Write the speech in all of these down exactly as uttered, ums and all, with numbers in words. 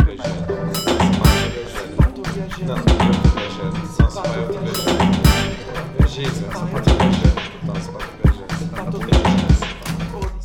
viajando. Não, não tô viajando. Nossa, pai, eu tô viajando. Giza, você pode estar viajando. Nossa, pai, eu tô viajando. Não tô viajando.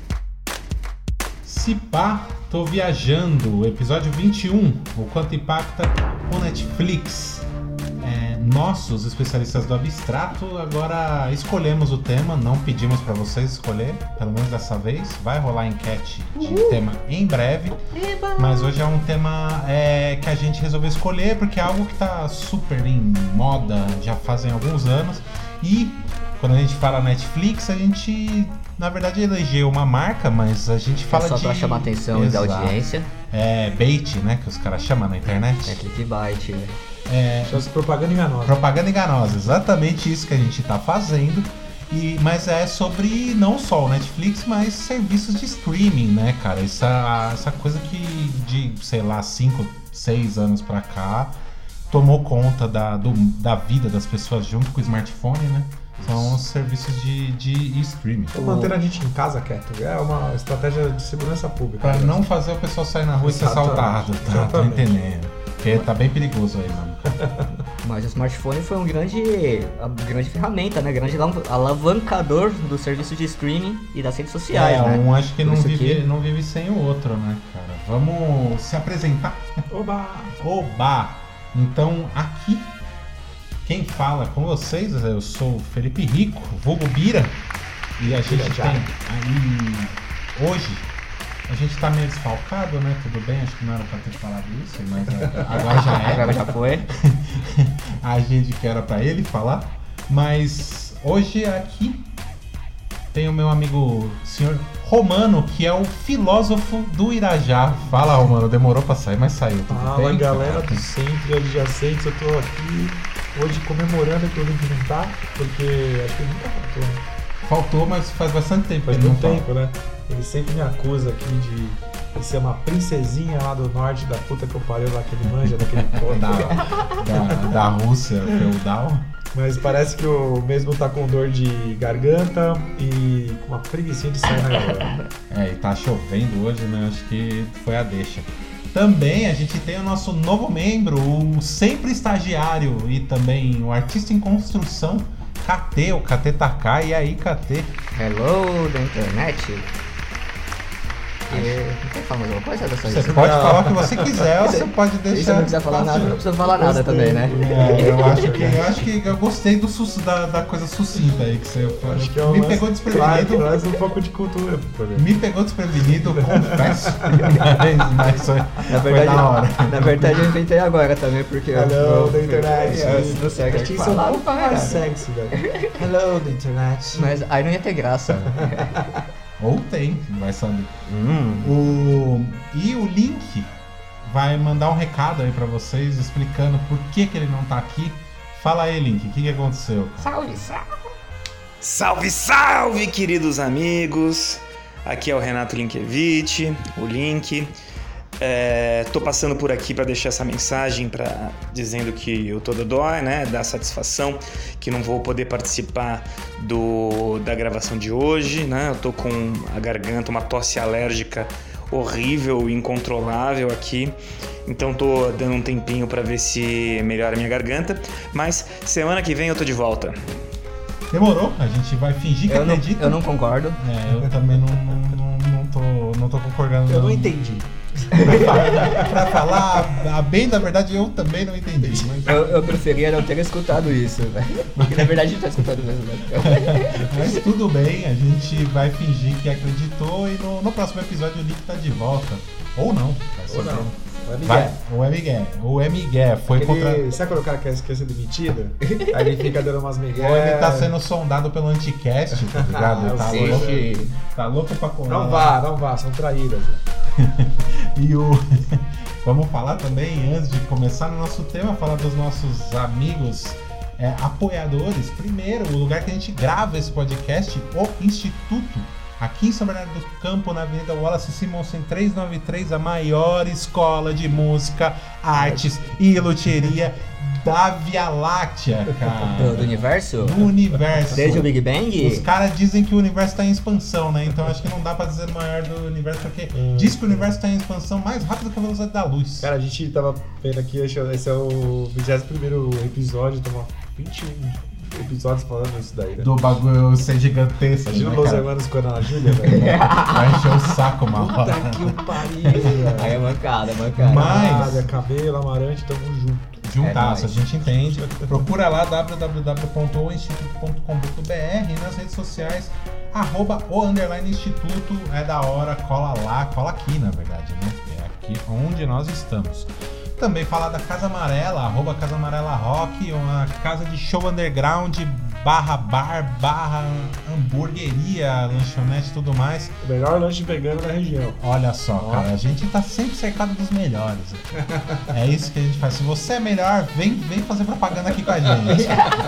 Se pá, tô viajando. Episódio vinte e um. O quanto impacta o Netflix. É, nós, os especialistas do abstrato, agora escolhemos o tema. Não pedimos pra vocês escolher, pelo menos dessa vez. Vai rolar enquete de Uhul. tema em breve. Eba. Mas hoje é um tema é, que a gente resolveu escolher porque é algo que tá super em moda já fazem alguns anos. E quando a gente fala Netflix, a gente, na verdade, elegeu uma marca, mas a gente fala é só de... Só pra chamar a atenção Exato. da audiência. É bait, né, que os caras chamam na internet. É clickbait, né? É, propaganda enganosa. Propaganda enganosa, exatamente isso que a gente tá fazendo. E, mas é sobre não só o Netflix, mas serviços de streaming, né, cara? Essa, essa coisa que de, sei lá, cinco, seis anos pra cá tomou conta da, do, da vida das pessoas junto com o smartphone, né? São os serviços de, de streaming. Tô mantendo a gente em casa quieto. É uma estratégia de segurança pública. Pra né? não fazer o pessoal sair na rua e ser assaltado, tá? Tô entendendo. Porque tá bem perigoso aí, mano. Mas o smartphone foi um grande, grande ferramenta, né? Grande alavancador do serviço de streaming e das redes sociais, é, né? um acho que não vive, que... não vive sem o outro, né, cara? Vamos se apresentar? Oba! Oba! Então, aqui, quem fala com vocês, eu sou o Felipe Rico, vulgo Bira. E a gente tem aí, hoje... A gente tá meio desfalcado, né? Tudo bem, acho que não era pra ter falado isso, mas agora já é. Agora já foi. A gente que era pra ele falar. Mas hoje aqui tem o meu amigo senhor Romano, que é o filósofo do Irajá. Fala, Romano, demorou pra sair, mas saiu. Tudo Fala, bem, galera do centro adjacentes, eu tô aqui hoje comemorando que o Link não tá, porque acho que nunca faltou, né? Faltou, mas faz bastante tempo. Faz muito tempo, né? Ele sempre me acusa aqui de, de ser uma princesinha lá do norte da puta que eu pariu lá, que ele manja daquele ponto. da, da, da Rússia feudal. Mas parece que o mesmo tá com dor de garganta e com uma preguicinha de sair na galera. É, e tá chovendo hoje, né? Acho que foi a deixa. Também a gente tem o nosso novo membro, o sempre estagiário e também o artista em construção, K T, o K T Takai. E aí, K T? Hello, da internet. E... Não quer falar mais alguma coisa dessa Você pode não. falar o que você quiser, ou você pode deixar... Se você não quiser falar nada, não precisa falar nada Gostei. também, né? É, eu, acho que, eu acho que eu gostei do, da, da coisa sucinta aí que você falou. Acho que é Me mais, pegou desprevenido. Traz um pouco de cultura. Me pegou desprevenido, confesso. mas, mas foi, na verdade, foi da hora. Na verdade, eu inventei agora também, porque... Hello, da internet. Não sei, a gente falar um pouco mais sexy, velho. Hello, da internet. Mas aí não ia ter graça. Ou tem, vai saber. Hum. O... E o Link vai mandar um recado aí pra vocês explicando por que, que ele não tá aqui. Fala aí, Link, o que, que aconteceu? Salve, salve! Salve, salve, queridos amigos! Aqui é o Renato Linkevich, o Link. É, tô passando por aqui para deixar essa mensagem pra, dizendo que eu tô dodói, né, da satisfação, que não vou poder participar do, da gravação de hoje, né, eu tô com a garganta, uma tosse alérgica horrível e incontrolável aqui, então tô dando um tempinho para ver se melhora a minha garganta, mas semana que vem eu tô de volta. Demorou, a gente vai fingir que eu acredita. Não, eu não concordo. É, eu também não, não, não, não, tô, não tô concordando. Eu não, não entendi. Pra falar a bem da verdade, eu também não entendi. Mas... Eu, eu preferia não ter escutado isso, velho. Porque na verdade a gente tá escutando mesmo. Mas tudo bem, a gente vai fingir que acreditou e no, no próximo episódio o Nick tá de volta. Ou não. Vai Ou não. Vai, o Miguel. O Miguel foi Aquele, contra... Sabe quando o cara quer, quer ser demitido? Aí ele fica dando umas migué. Ou ele tá sendo sondado pelo Anticast, tá ligado? Ah, tá, sei, louco, sei. tá louco pra colar. Não vá, não vá, são traíras. E o... Vamos falar também, antes de começar no nosso tema, falar dos nossos amigos é, apoiadores. Primeiro, o lugar que a gente grava esse podcast, o Instituto. Aqui em São Bernardo do Campo, na Avenida Wallace Simonsen trezentos e noventa e três, a maior escola de música, artes e luthieria da Via Láctea, cara. Do, do universo? Do universo. Desde o Big Bang? Os caras dizem que o universo tá em expansão, né? Então acho que não dá pra dizer maior do universo, porque Hum. diz que o universo tá em expansão mais rápido que a velocidade da luz. Cara, a gente tava vendo aqui, esse é o vigésimo primeiro episódio, tava vinte e um episódios falando isso daí, né? Do bagulho ser gigantesco. Imagina né, Los cara? Hermanos com a Ana Júlia, velho. Vai encher o saco uma Puta hora. que o pariu, velho. Aí é mancada, é mancada. Mas- Nada, cabelo, amarante, tamo junto. Juntaço, É a gente entende. Procura lá w w w ponto o instituto ponto com ponto b r e nas redes sociais, arroba o underline instituto. É da hora, cola lá, cola aqui na verdade, né? É aqui onde nós estamos. Também falar da Casa Amarela, arroba Casa Amarela Rock, uma casa de show underground, barra bar, barra hamburgueria, lanchonete e tudo mais. O melhor lanche vegano da região. Olha só, cara, a gente tá sempre cercado dos melhores aqui. É isso que a gente faz. Se você é melhor, vem, vem fazer propaganda aqui com a gente.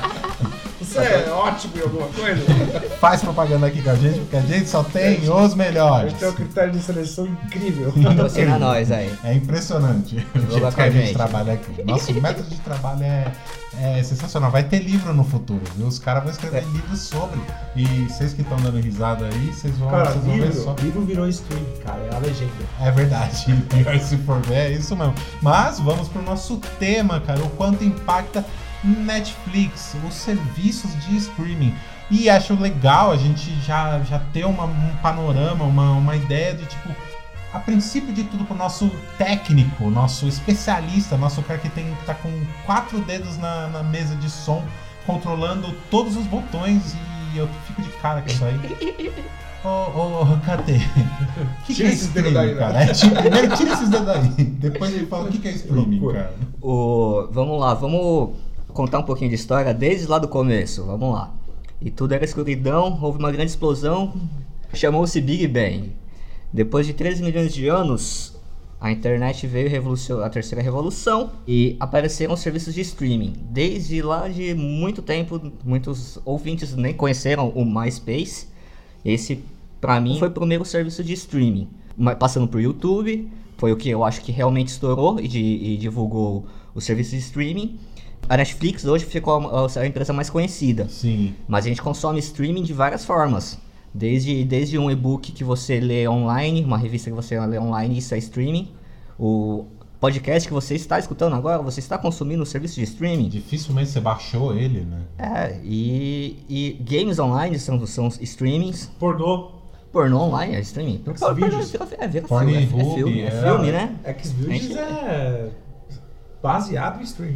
Você é ótimo em alguma coisa? Faz propaganda aqui com a gente, porque a gente só tem os A melhores. gente tem um critério de seleção incrível. Patrocina nós aí. É impressionante o Joga jeito com que a a gente gente. trabalha aqui. Nosso método de trabalho é, é sensacional. Vai ter livro no futuro, viu? Os caras vão escrever É. livros sobre. E vocês que estão dando risada aí, vocês vão, Cara, vocês vão ver livro, só. livro virou stream, cara, é a legenda. É verdade, pior se for ver, é isso mesmo. Mas vamos pro nosso tema, cara, o quanto impacta Netflix, os serviços de streaming. E acho legal a gente já, já ter uma, um panorama, uma, uma ideia de tipo, a princípio de tudo pro nosso técnico, nosso especialista, nosso cara que tem que tá com quatro dedos na, na mesa de som, controlando todos os botões, e eu fico de cara com isso aí. Ô, ô, Cadê? O que, que Tira é esses dedos streaming, daí, né? cara? É, tira- primeiro tira esses dedos daí. Depois ele fala o que, que é streaming, loucura. cara. O, vamos lá, vamos contar um pouquinho de história desde lá do começo, vamos lá. E tudo era escuridão, houve uma grande explosão, chamou-se Big Bang. Depois de treze milhões de anos, a internet veio revolucion- a terceira revolução e apareceram os serviços de streaming. Desde lá de muito tempo, muitos ouvintes nem conheceram o MySpace. Esse, pra mim, foi o primeiro serviço de streaming. Mas passando por YouTube, foi o que eu acho que realmente estourou e, de, e divulgou o serviço de streaming. A Netflix hoje ficou a, a empresa mais conhecida. Sim. Mas a gente consome streaming de várias formas. Desde, desde um e-book que você lê online, uma revista que você lê online, isso é streaming. O podcast que você está escutando agora, você está consumindo o serviço de streaming. Dificilmente você baixou ele, né? É, e, e games online são, são streamings. Pornô. Pornô online é streaming. Xvideos. Vira, é, vira Porn filme, é, é Hub, filme, é é. filme, né? Xvideos Gente- é baseado em streaming.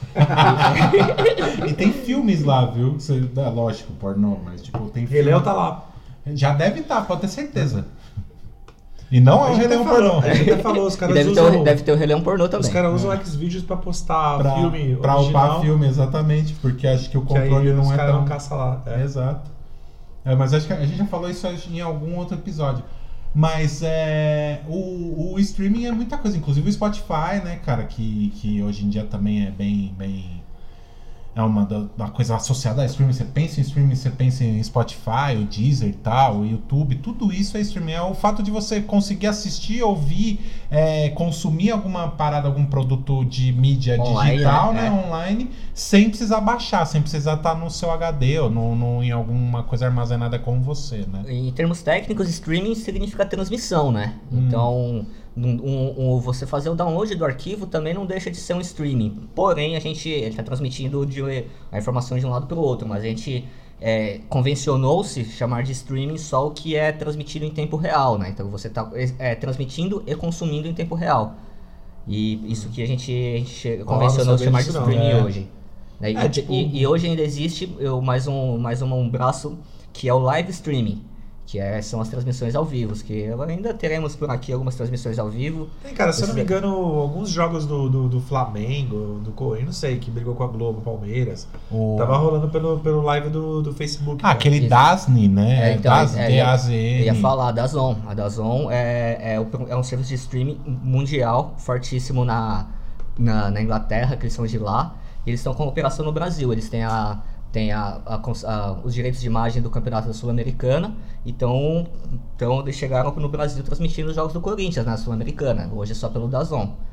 E tem filmes lá, viu? Você, é lógico, pornô, mas tipo, tem Rei filme. Leão tá lá. Já deve estar, pode ter certeza. E não é um Rei Leão pornô. A gente até falou, os E caras deve, ter, usam... o- deve ter o Rei Leão pornô também. Os caras usam o Xvideos pra postar Pra, filme pra original. upar filme, exatamente, porque acho que o Que aí controle não os é caras tão... não caçam lá. É. Exato. É, mas acho que a gente já falou isso em algum outro episódio. Mas é, o, o streaming é muita coisa, inclusive o Spotify, né, cara, que, que hoje em dia também é bem, bem é uma, da, uma coisa associada a streaming. Você pensa em streaming, você pensa em Spotify, o Deezer e tal, o YouTube, tudo isso é streaming. É o fato de você conseguir assistir, ouvir, é, consumir alguma parada, algum produto de mídia Online, digital, né? né, É. online, sem precisar baixar, sem precisar estar no seu H D ou no, no, em alguma coisa armazenada com você, né? Em termos técnicos, streaming significa transmissão, né? Hum. Então, um, um- um- você fazer o download do arquivo também não deixa de ser um streaming. Porém, a gente está transmitindo de, a informação de um lado para o outro, mas a gente é, convencionou-se chamar de streaming só o que é transmitido em tempo real, né? Então, você está é, transmitindo e consumindo em tempo real. E isso que a gente, a gente che- convencionou sabia chamar de disso não, streaming é. hoje. Né? E, É, tipo- e- e hoje ainda existe eu, mais, um, mais um, um braço que é o live streaming, que é, são as transmissões ao vivo, que ainda teremos por aqui algumas transmissões ao vivo. Tem, cara, se eu não me Esse- engano, alguns jogos do, do, do Flamengo, do Corinthians, não sei, que brigou com a Globo, Palmeiras, O... tava rolando pelo, pelo live do, do Facebook. Ah, cara. aquele Isso. Dasni, né? É, então, Das, é, D A Z Eu N. ia falar da Dazon. A Dazon é, é, o- é um serviço de streaming mundial, fortíssimo na, na, na Inglaterra, que eles são de lá. E eles estão com operação no Brasil. Eles têm, a, têm a, a, cons- a, os direitos de imagem do Campeonato da Sul-Americana. Então, então, eles chegaram no Brasil transmitindo os jogos do Corinthians na Sul-Americana. Hoje é só pelo Dazon.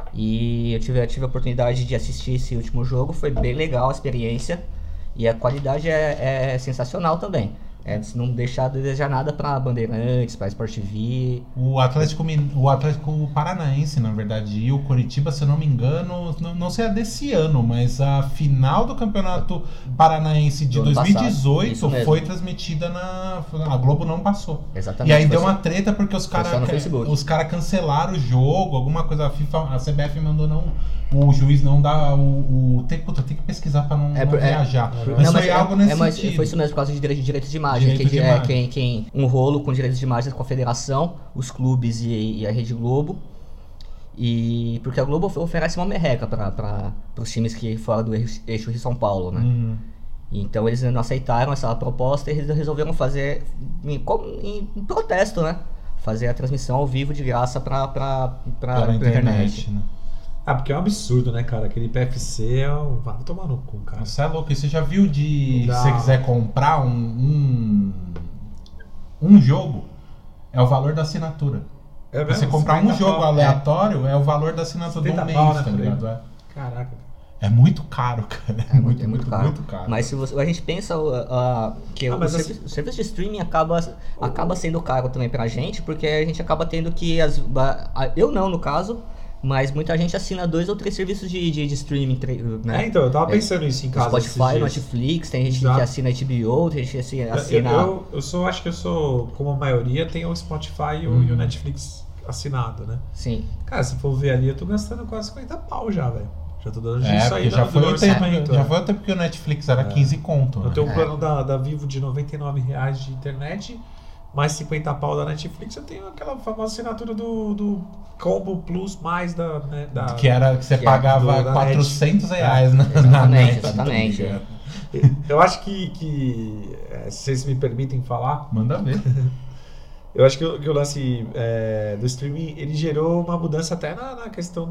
E eu tive, eu tive a oportunidade de assistir esse último jogo, foi bem legal a experiência. E a qualidade é, é sensacional também. É, se não deixar de desejar nada pra Bandeirantes, pra Sport T V. O Atlético, o Atlético Paranaense, na verdade, e o Coritiba, se eu não me engano, não, não sei a desse ano, mas a final do Campeonato Paranaense de Do ano dois mil e dezoito passado, isso foi mesmo. transmitida na... A Globo não passou. Exatamente. E aí foi deu só- uma treta porque os foi caras só no Facebook. os cara cancelaram o jogo, alguma coisa, a FIFA, a C B F mandou não... O juiz não dá o... o tem, puta, tem que pesquisar pra não, É, não é- viajar. Não, Mas mas foi é, algo nesse é, mas sentido. foi isso mesmo, por causa de direito, direitos de imagem. Direito que, de é, imagem. Quem, quem, um rolo com direitos de imagem com a federação, os clubes e, e a Rede Globo. E porque a Globo of- oferece uma merreca para os times que fora do eixo, eixo Rio São Paulo, né? Uhum. Então eles não aceitaram essa proposta e eles resolveram fazer em, como- em- em protesto, né? Fazer a transmissão ao vivo de graça para Pela a internet, né? Ah, porque é um absurdo, né, cara? Aquele P F C é um... Vai tomar no cu, cara. Você é louco. E você já viu de... Não dá. Se você quiser comprar um, um... Um jogo, é o valor da assinatura. É Você comprar um cinquenta jogo pau. aleatório, é o valor da assinatura do setenta mês, pau, né, tá por aí. ligado? É. Caraca. É muito caro, cara. É muito, é muito caro. muito caro. Mas se você, a gente pensa uh, uh, que Ah, o, mas servi- assim- o serviço de streaming acaba, acaba sendo caro também pra gente, porque a gente acaba tendo que... As, ba- a- eu não, no caso, mas muita gente assina dois ou três serviços de, de, de streaming, tre- né? É, então, eu tava É. pensando isso em casa. esses Spotify, dias. Netflix, tem gente Exato. que assina H B O, tem gente que assina... Eu, assina eu, eu sou, acho que eu sou, como a maioria, tem o Spotify e o, Uhum. e o Netflix assinado, né? Sim. Cara, se for ver ali, eu tô gastando quase cinquenta pau já, velho. Já tô dando É, isso porque aí já no, foi, no o tempo, orçamento. já é. foi o tempo que o Netflix era quinze conto. Eu Né? tenho um É. plano da, da Vivo de noventa e nove reais de internet, mais cinquenta pau da Netflix. Eu tenho aquela famosa assinatura do, do Combo Plus mais da... Né, da Que era que você Que é pagava do- da quatrocentos reais na, na Exatamente, net. exatamente. tá ligado? Eu acho que, que é, se vocês me permitem falar, Manda ver. eu acho que, o- que o lance é, do streaming, ele gerou uma mudança até na, na questão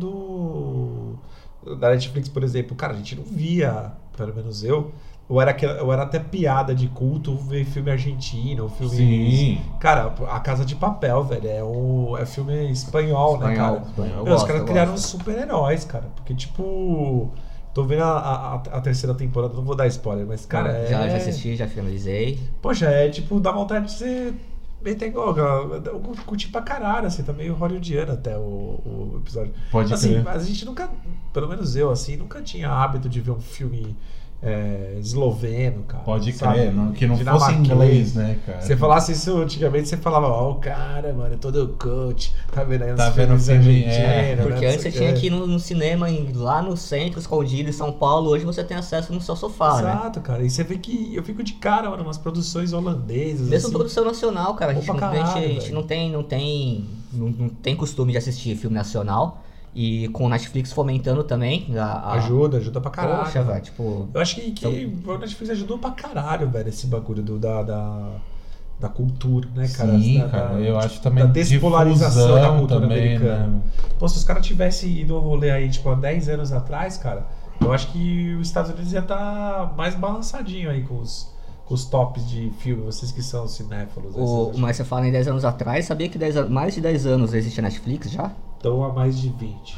do da Netflix, por exemplo. Cara, a gente não via, pelo menos eu, ou era, aquela- ou era até piada de culto ver filme argentino, ou filme... Sim. Cara, A Casa de Papel, velho, é, um, é filme espanhol, né, Espanhol, cara? espanhol. Eu Meu, os gosto, caras eu criaram gosto. uns super-heróis, cara, porque, tipo... Tô vendo a, a, a terceira temporada, não vou dar spoiler, mas, cara, é... já, já assisti, já finalizei. Poxa, é tipo, dá vontade de você meter gol. Eu curti pra caralho, assim, tá meio hollywoodiano até o, o episódio. Pode Assim, crer. mas a gente nunca, pelo menos eu, assim, nunca tinha hábito de ver um filme é, esloveno, cara. Pode sabe? crer, não, que não fosse Dinamarquês. inglês, né, cara? Você falasse isso antigamente, você falava, ó, o cara, mano, é todo coach, tá vendo aí? Tá os vendo o filmes filme, argentinos, é. né, Porque não antes sei você o tinha quê. que ir no, no cinema, em- lá no centro, escondido em São Paulo. Hoje você tem acesso no seu sofá, né? Exato, cara. E você vê que eu fico de cara, mano, umas produções holandesas. Mesmo assim. produção nacional, cara. A gente, Pô, pra não, a gente- caralho, a gente velho. não tem, não tem, não, não tem costume de assistir filme nacional. E com o Netflix fomentando também. A, a... Ajuda, ajuda pra caralho. Poxa, velho, tipo... Eu acho que, que o Netflix ajudou pra caralho, velho, esse bagulho do, da, da, da cultura, né, cara? Sim, da, cara, da- eu acho também da despolarização da difusão cultura também, americana. né? Pô, se os caras tivessem ido ao rolê aí, tipo, há dez anos atrás, cara, eu acho que os Estados Unidos ia estar mais balançadinho aí com os, com os tops de filme, vocês que são cinéfilos. aí, O, vocês acham? mas você fala em dez anos atrás, sabia que dez, an- mais de dez anos existe a Netflix já? Estão há mais de vinte.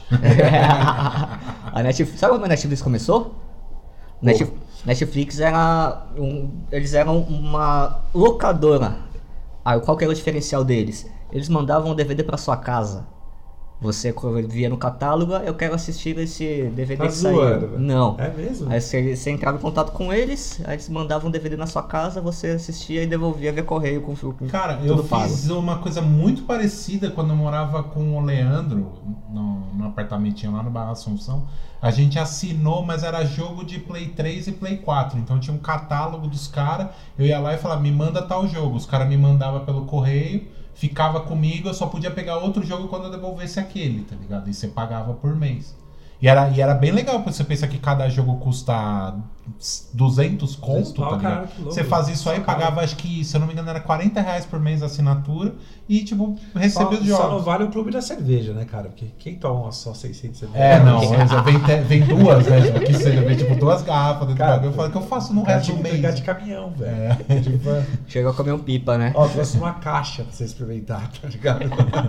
A Netflix, sabe como a Netflix começou? Net- Netflix era um, eles eram uma locadora. Aí qual que era o diferencial deles? Eles mandavam um D V D pra sua casa. Você via no catálogo, eu quero assistir esse D V D Tá que saiu. zoando, velho. Não. É mesmo? Aí você, você entrava em contato com eles, aí eles mandavam um D V D na sua casa, você assistia e devolvia via correio com, com Cara, tudo eu pago. fiz uma coisa muito parecida quando eu morava com o Leandro, no, no apartamentinho lá no Barra Assunção. A gente assinou, mas era jogo de Play três e Play quatro. Então tinha um catálogo dos caras. Eu ia lá e falava, me manda tal jogo. Os caras me mandavam pelo correio, ficava comigo, eu só podia pegar outro jogo quando eu devolvesse aquele, tá ligado? E você pagava por mês. E era, e era bem legal, porque você pensa que cada jogo custa duzentos conto, tá ligado? Caralho, que louco. Você fazia isso aí, pagava, acho que, se eu não me engano, era quarenta reais por mês a assinatura e, tipo, recebia os Só, só não jogos. vale o clube da cerveja, né, cara? Porque quem toma só seiscentos cerveja? É, não, vem, te- vem duas, né? Tipo, que seja, vem tipo duas garrafas dentro Cara, do bagulho. Eu falo que eu faço no O cara resto tinha do que entregar mês. de caminhão, velho. É. Tipo, Chegou a comer um pipa, né? ó, trouxe uma caixa pra você experimentar, tá ligado?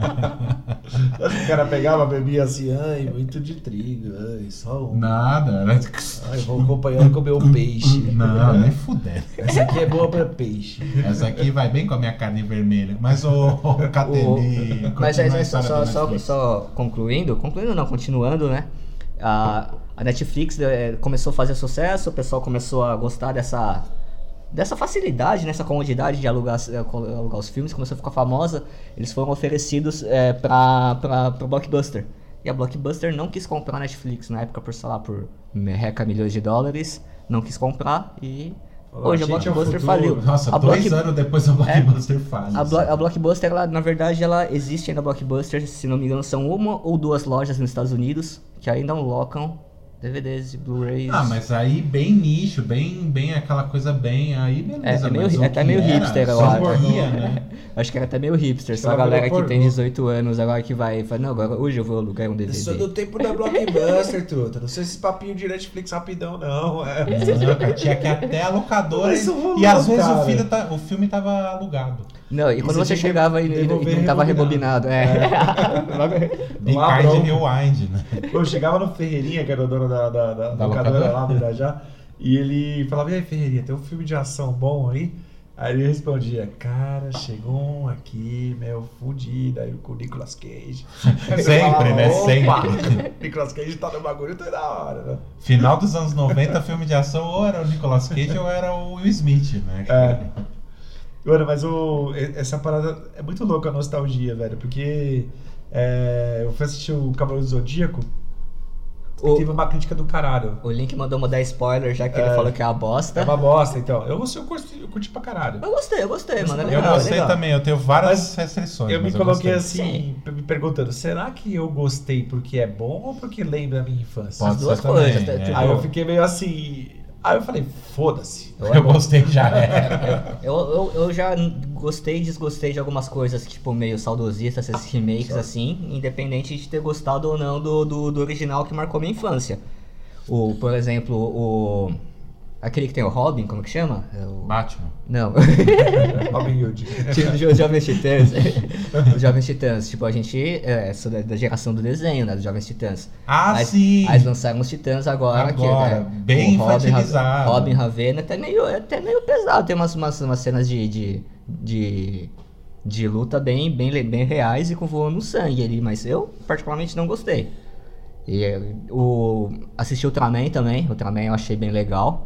Acho que o cara pegava, bebia assim, ai, muito de trigo, ai, só um. Nada, né? Ai, vou acompanhando comer um peixe. Não, nem fudendo. Essa aqui é boa pra peixe. Essa aqui vai bem com a minha carne vermelha. Mas o, o Cateni. Mas é, continua a é só, história só, do só, Netflix. só concluindo, concluindo não, continuando, né? A, a Netflix é, começou a fazer sucesso, o pessoal começou a gostar dessa, dessa facilidade, nessa comodidade de alugar, alugar os filmes, começou a ficar famosa. Eles foram oferecidos é, para para Blockbuster. E a Blockbuster não quis comprar a Netflix na época por, sei lá, por merreca milhões de dólares, não quis comprar e hoje a gente, é o Blockbuster futuro. faliu. Nossa, a dois Block- anos depois a Blockbuster faz. A, Blo- a Blockbuster, ela, na verdade, ela existe ainda a Blockbuster, se não me engano, são uma ou duas lojas nos Estados Unidos que ainda locam D V Ds e Blu-rays. Ah, mas aí bem nicho, bem, bem aquela coisa bem. Aí beleza. É, é meio- mas o é até que meio era, hipster, eu só acho. morria, né? Acho que era até meio hipster, só a ela galera virou que tem pornô. dezoito anos agora que vai, vai não, agora hoje eu vou alugar um D V D. Eu sou do tempo da Blockbuster, truta. Não sei esses papinhos de Netflix rapidão, não. É. Não, cara, tinha que ir até a locadora. Isso rolou, E às vezes cara. o, filho tá, o filme tava alugado. Não, e quando você você tinha que chegava e, e- e devolver não tava rebobinado. rebobinado, é. Be Lá, kind bro. rewind, né? Eu chegava no Ferreirinha, que era o dono da, da, da, Da locadora locadora. lá do Irajá, e ele falava, e aí, Ferreirinha, tem um filme de ação bom aí? Aí ele respondia, cara, chegou um aqui, meu, fudido, aí com o Nicolas Cage. Aí eu Sempre, falava, né? "Opa, Sempre." Nicolas Cage tá no bagulho, tá da hora, né? Final dos anos noventa, filme de ação, ou era o Nicolas Cage ou era o Will Smith, né? É. Mano, mas o, essa parada é muito louca a nostalgia, velho, porque é, eu fui assistir o Cavaleiro do Zodíaco e O- teve uma crítica do caralho. O Link mandou mandar spoiler já que ele falou que é uma bosta. É uma bosta, então. Eu, eu, curti, eu curti pra caralho. Eu gostei, eu gostei, mano. É Eu legal, é gostei legal. também, eu tenho várias Mas restrições. Eu me mas coloquei gostei. assim, me perguntando, será que eu gostei porque é bom ou porque lembra a minha infância? Pode As duas ser também, coisas, é. tipo- Aí eu fiquei meio assim. Aí eu falei, foda-se. Eu gostei já era. Eu, eu, eu já gostei e desgostei de algumas coisas, tipo, meio saudosistas, esses remakes assim, independente de ter gostado ou não do, do, do original que marcou minha infância. O, por exemplo, o. Aquele que tem o Robin, como que chama? É o... Batman. Não. Robin Hood. Tipo, os Jovens Titãs. Os Jovens Titãs. Tipo, a gente é sou da, da geração do desenho, né? Dos Jovens Titãs. Ah, Aí- sim! Aí lançaram os Titãs agora. Agora, que, né, bem o Robin, infantilizado. Robin Ravena, até meio, é até meio pesado. Tem umas, umas, umas cenas de, de, de, de luta bem, bem, bem reais e com voando sangue ali. Mas eu, particularmente, não gostei. E o, assisti o Ultraman também. O Ultraman eu achei bem legal.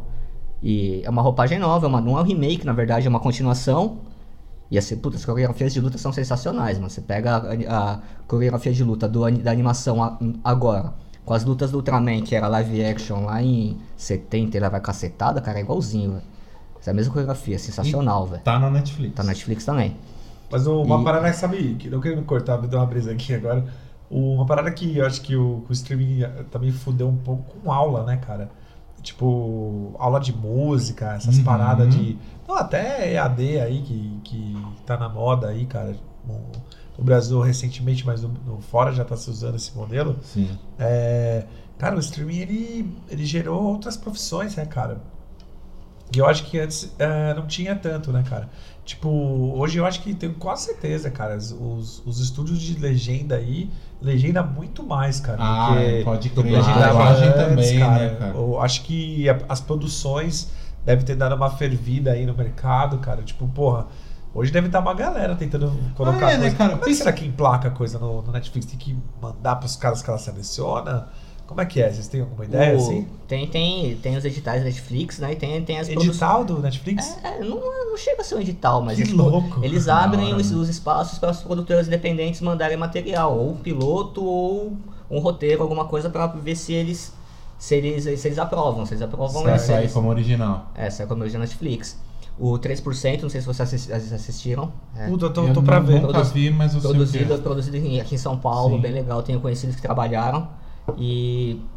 E é uma roupagem nova, é uma, não é um remake, na verdade, é uma continuação. E assim, puta, as coreografias de luta são sensacionais, mano. Você pega a, a coreografia de luta do, da animação a, agora, com as lutas do Ultraman, que era live action lá em setenta, ele vai cacetada, cara, é igualzinho, velho. Essa é a mesma coreografia, sensacional, velho. Tá na Netflix. Tá na Netflix também. Mas uma E- parada, sabe, que não querendo cortar, me dar uma brisa aqui agora. Uma parada que eu acho que o, que o streaming também fudeu um pouco com aula, né, cara? Tipo, aula de música, essas Uhum. paradas de. Não, até E A D aí, que, que tá na moda aí, cara. No, no Brasil recentemente, mas no, no fora já tá se usando esse modelo. Sim. É, cara, o streaming ele, ele gerou outras profissões, né, cara? E eu acho que antes é, não tinha tanto, né, cara? Tipo, hoje eu acho que tenho quase certeza, cara, os, os estúdios de legenda aí, legenda muito mais, cara. Ah, do que é, pode crer. legendava Dublagem antes, também, cara. né, cara? Eu acho que a- as produções devem ter dado uma fervida aí no mercado, cara. Tipo, porra, hoje deve estar uma galera tentando colocar Ah, é, né, coisa. cara? Como é que será que emplaca coisa no, no Netflix? Tem que mandar pros caras que ela seleciona? Como é que é? Vocês têm alguma ideia, O- assim? Tem, tem, tem os editais da Netflix, né? E tem, tem as Edital do Netflix? É, não, não chega a ser um edital, mas Que eles, louco. eles abrem Da hora, os, né? os espaços para os produtores independentes mandarem material, ou um piloto, ou um roteiro, alguma coisa para ver se eles, se eles se eles aprovam. Se eles aprovam, Vai eles, sair eles, como original. é, sai como original Netflix. O três por cento, não sei se vocês assis- assistiram. É, Puta, eu tô, eu tô pra não- ver. nunca Produz- vi, mas eu sei o que produzido, é. produzido em- aqui em São Paulo, Sim. bem legal, tenho conhecidos que trabalharam. E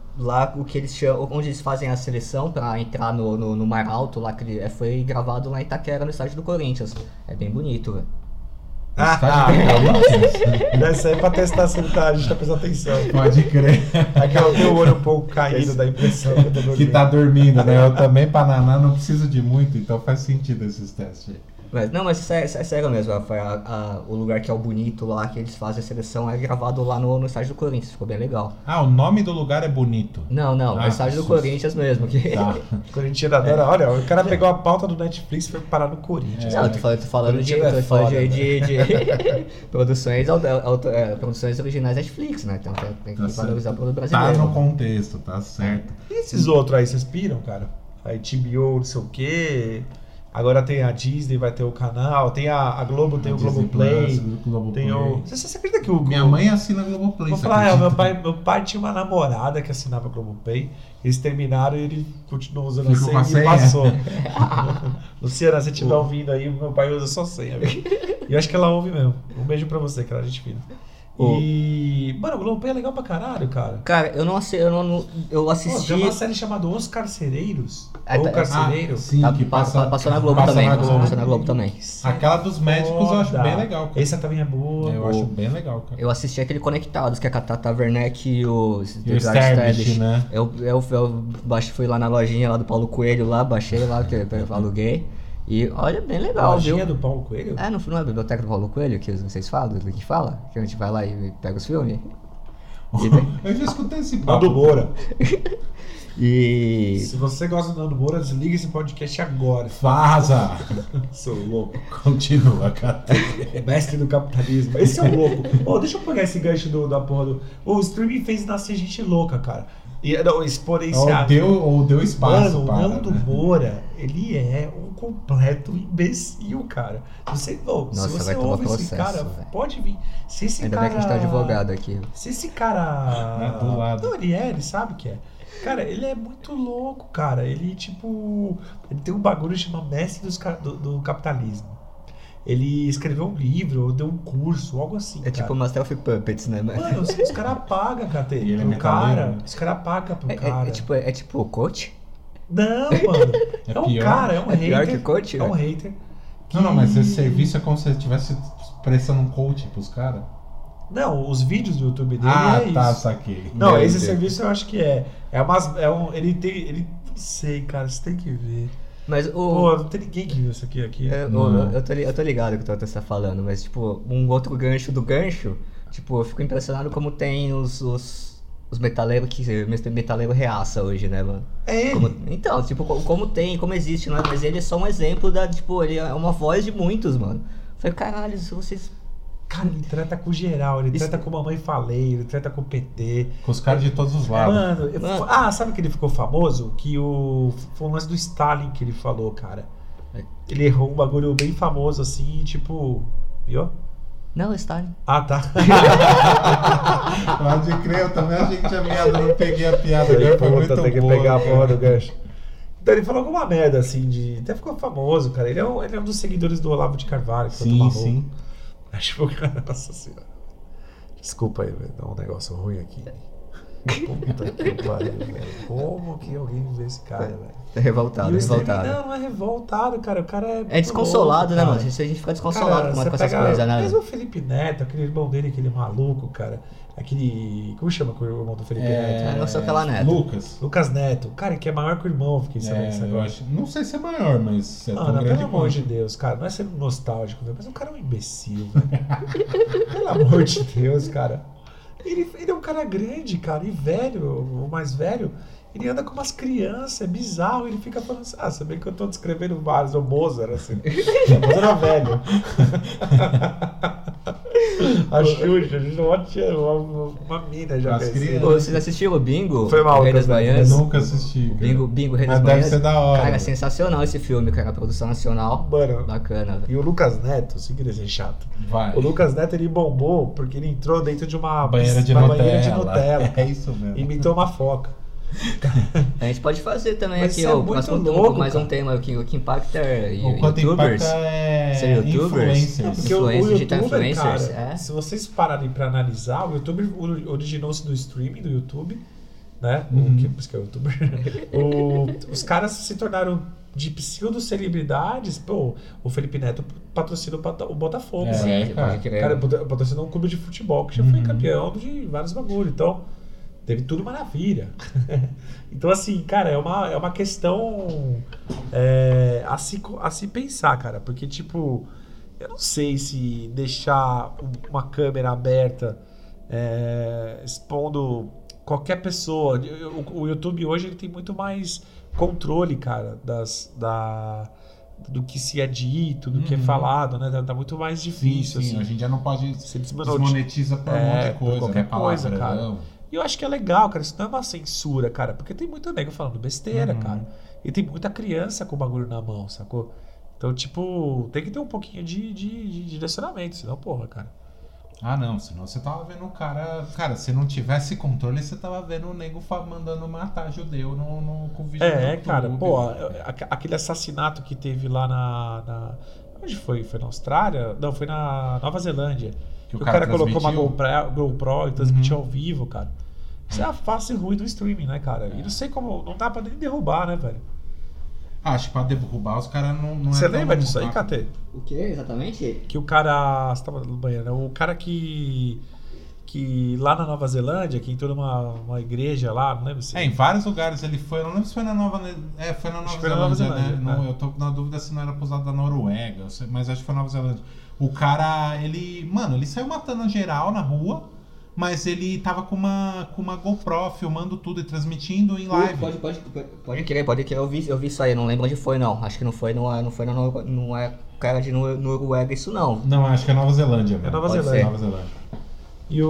lá o que eles chamam, onde eles fazem a seleção pra entrar no, no, no Mar Alto, lá que ele- é, foi gravado lá em Itaquera, no estádio do Corinthians. É bem bonito, velho. Estádio do Corinthians? Deve ser pra testar se ele tá, a gente tá prestando atenção. Pode crer. Aqui eu tenho o olho um pouco caído da impressão que eu tô dormindo. Que tá dormindo, né? Eu também, pra naná, não preciso de muito, então faz sentido esses testes aí. Mas, não, mas é, é sério mesmo, Rafael. A- a- o lugar que é o bonito lá, que eles fazem a seleção, é gravado lá no, no estádio do Corinthians. Ficou bem legal. Ah, o nome do lugar é bonito. Não, não, é Ah, o estádio do susto. Corinthians mesmo. Que... Tá. Corintiano adora. Olha, o cara pegou a pauta do Netflix e foi parar no Corinthians. Não, eu tô falando, tô falando de, Corinthians é tô falando foda, de, de, de produções, auto- auto- é, produções originais Netflix, né? Então tem, tem que Tá valorizar o produto Tá brasileiro. no contexto, tá certo. E esses outros aí, vocês piram, cara? A H B O, não sei o quê. Agora tem a Disney, vai ter o canal. Tem a, a Globo, tem o Disney Globoplay. Plus, o Globoplay. Tem o... Você, você acredita que o... Minha mãe assina Globoplay. Vou você falar, é, o acredita? meu pai, meu pai tinha uma namorada que assinava Globoplay. Eles terminaram e ele continuou usando Ficou a com senha a e senha? passou. Luciana, se você estiver ouvindo aí, meu pai usa só senha, viu? E eu acho que ela ouve mesmo. Um beijo pra você, que ela é gente fina. E... Mano, o Globoplay é legal pra caralho, cara. Cara, eu não sei, eu não. Eu Pô, assisti. tem uma série chamada Os Carcereiros. Ah, Ou tá- Carcereiro. Ah, sim, Tá- que pa- passa, pa- passou na Globo passa também, na passou- Globo. passou na Globo também. Aquela dos médicos eu acho Foda. bem legal, cara. Essa também é boa. Eu acho bem legal, cara. Eu assisti aquele Conectados, que é com a Tata Werneck e o. E o Stablish, né? Eu, eu, eu baixei, fui lá na lojinha lá do Paulo Coelho, lá, baixei lá, que eu aluguei. E olha, bem A legal, lojinha viu? do Paulo Coelho? É, não, não é a biblioteca do Paulo Coelho, que vocês falam, que fala? Que a gente vai lá e pega os filmes? Eu já escutei esse Nando papo. Moura. E. Se você gosta do Nando Moura, desliga esse podcast agora. Vaza! Sou louco. Continua, cara. Mestre do capitalismo. Esse é o louco. Ô, deixa eu pegar esse gancho do, da porra do... O streaming fez nascer gente louca, cara. E, não, exponencial. Ou deu, ou deu espaço Mano, o para. Nando Moura, ele é um completo imbecil, cara. Você, ô, Nossa, se você vai tomar ouve esse processo, cara, velho. pode vir. Se esse Ainda cara... bem que a gente tá advogado aqui. Se esse cara... É do lado. Não, ele é, ele sabe que é. Cara, ele é muito louco, cara. Ele, tipo... Ele tem um bagulho que chama Mestre dos ca- do, do Capitalismo. Ele escreveu um livro, ou deu um curso, algo assim, É cara. tipo Master of Puppets, né? Mano, os, os caras pagam, cara. E ele é pro metaleiro, cara. né? Os caras pagam pro É, cara. é, é tipo, é tipo coach? Não, mano. É É, um pior. cara, é um É pior hater. que coach, É um velho? hater. que- Não, não, mas esse serviço é como se você estivesse prestando um coach pros caras. Não, os vídeos do YouTube dele Ah, é tá, isso. saquei. Não, Meu esse Deus. serviço eu acho que é. É umas. É um, ele tem. Ele. Não sei, cara, você tem que ver. Mas o. Pô, não tem ninguém que viu isso aqui. aqui. É, Não. o- eu, tô, li- eu tô ligado com o que você tá falando, mas tipo, um outro gancho do gancho, tipo, eu fico impressionado como tem os, os, os metaleiros que. Metaleiro reaça hoje, né, mano? É ele. Como- então, tipo, como, como tem, como existe, não é? Mas ele é só um exemplo da, tipo, ele é uma voz de muitos, mano. Eu falei, caralho, se vocês. Cara, ele trata com geral, ele Isso- trata com Mamãe Falei, ele trata com o P T. Com os caras de todos os lados. Mano, eu- Mano. ah, sabe que ele ficou famoso? Que o. Foi um lance do Stalin que ele falou, cara. Ele errou um bagulho bem famoso assim, tipo. Viu? Não, Stalin. Ah, tá. Pode crer, eu também achei que tinha piada, não peguei a piada. Agora foi muito tem que boa, pegar a cara. porra do gancho. Então ele falou alguma merda assim de. Até ficou famoso, cara. Ele é um, ele é um dos seguidores do Olavo de Carvalho, que foi Sim, tomar sim. louco. Acho que o cara, nossa senhora. Desculpa aí, velho. Dá um negócio ruim aqui. Puta que pariu, velho. Como que alguém vê esse cara, velho? É revoltado, E o streaming- revoltado. Não, não é revoltado, cara. O cara é. É muito desconsolado, louco, né, cara. mano? A gente fica desconsolado Cara, com, você com essas pega- coisas, né? Mesmo o Felipe Neto, aquele irmão dele, aquele maluco, cara. Aquele. Como chama o irmão do Felipe É, Neto? não sei aquela Neto. Lucas. Lucas Neto. Cara, que é maior que o irmão, fiquei sabendo É, disso eu agora. acho, não sei se é maior, mas é tão Mano, grande pelo amor quanto. de Deus, cara, não é sendo nostálgico, velho, mas o cara é um imbecil, velho. Pelo amor de Deus, cara. Ele, ele é um cara grande, cara, e velho, o mais velho, ele anda com umas crianças, é bizarro, ele fica falando assim, ah, sabia que eu tô descrevendo vários, o Mozart, assim. O Mozart era velho. A Xuxa, a Xuxa tinha uma, uma mina já As crescida. crianças. Ô, vocês assistiram o Bingo? Foi mal, O Rei das cara. Eu Manhãs? nunca assisti. cara. Bingo, Bingo, Rei Mas das deve Manhãs. ser da hora. Cara, é sensacional esse filme, cara. Produção nacional. Mano, Bacana, velho. e o Lucas Neto, sem querer ser chato. Vai. O Lucas Neto ele bombou porque ele entrou dentro de uma Banheira de uma Nutella. banheira de Nutella. É isso mesmo. E imitou uma foca. A gente pode fazer também Mas aqui, isso é ó. muito mais um, louco, mais um cara. tema aqui, o que impacta é O quanto youtubers. impacta é Ser youtubers? influencers. Porque o, o Influencers, digital YouTuber, influencers, cara, é. se vocês pararem pra analisar, o YouTube originou-se do streaming do YouTube né? Uhum. O que, por isso que é youtuber. o, os caras se tornaram de pseudo-celebridades. Pô, o Felipe Neto patrocina o Botafogo. É, né? Sim, cara. pode crer. Cara, patrocinou um clube de futebol que já Uhum. foi campeão de vários bagulhos. Então, teve tudo maravilha. Então, assim, cara, é uma, é uma questão é, a, se, a se pensar, cara. Porque, tipo, eu não sei se deixar uma câmera aberta é, expondo qualquer pessoa. O, o YouTube hoje ele tem muito mais controle, cara, das, da, do que se é dito, do que é Uhum. falado, né? Tá, tá muito mais difícil, Sim, sim, assim. hoje em dia não pode. Você desmonetiza. Desmonetiza por um É, monte de por coisa, qualquer né? coisa, Palavrão. E eu acho que é legal, cara. Isso não é uma censura, cara. Porque tem muito nego falando besteira, Uhum. cara. E tem muita criança com o bagulho na mão, sacou? Então, tipo, tem que ter um pouquinho de, de, de direcionamento, senão, porra, cara. Ah, não, senão você tava vendo o cara. Cara, se não tivesse controle, você tava vendo o nego fa- mandando matar judeu no, no, com vídeo no É, YouTube. cara, pô, a- aquele assassinato que teve lá na, na. Onde foi? Foi na Austrália? Não, foi na Nova Zelândia. Que o cara, colocou uma transmitiu? GoPro, GoPro e transmitiu Uhum. ao vivo, cara. Isso é a face ruim do streaming, né, cara? E não sei como. Não dá pra nem derrubar, né, velho? Acho que pra derrubar os caras não, não Você é tão lembra disso aí, rápido. K T? O que exatamente? Que o cara. Você tava no banheiro, né? O cara que. Que lá na Nova Zelândia, que entrou numa uma igreja lá, não lembro se. É, em vários lugares ele foi, eu não lembro se foi na Nova. É, foi na Acho Nova que foi na Nova Zelândia, Zelândia, né? Não, é. eu tô na dúvida se não era pro lado da Noruega, eu sei- mas acho que foi Nova Zelândia. O cara, ele. Mano, ele saiu matando geral na rua, mas ele tava com uma, com uma GoPro filmando tudo e transmitindo em live. Pode, pode, pode, pode crer, pode crer. Eu vi, eu vi isso aí, não lembro onde foi, não. Acho que não foi, não é, não foi na Nor- não é cara de Nor- Noruega isso, não. Não, acho que é Nova Zelândia mesmo. É Nova Pode Zelândia. ser Nova Zelândia. E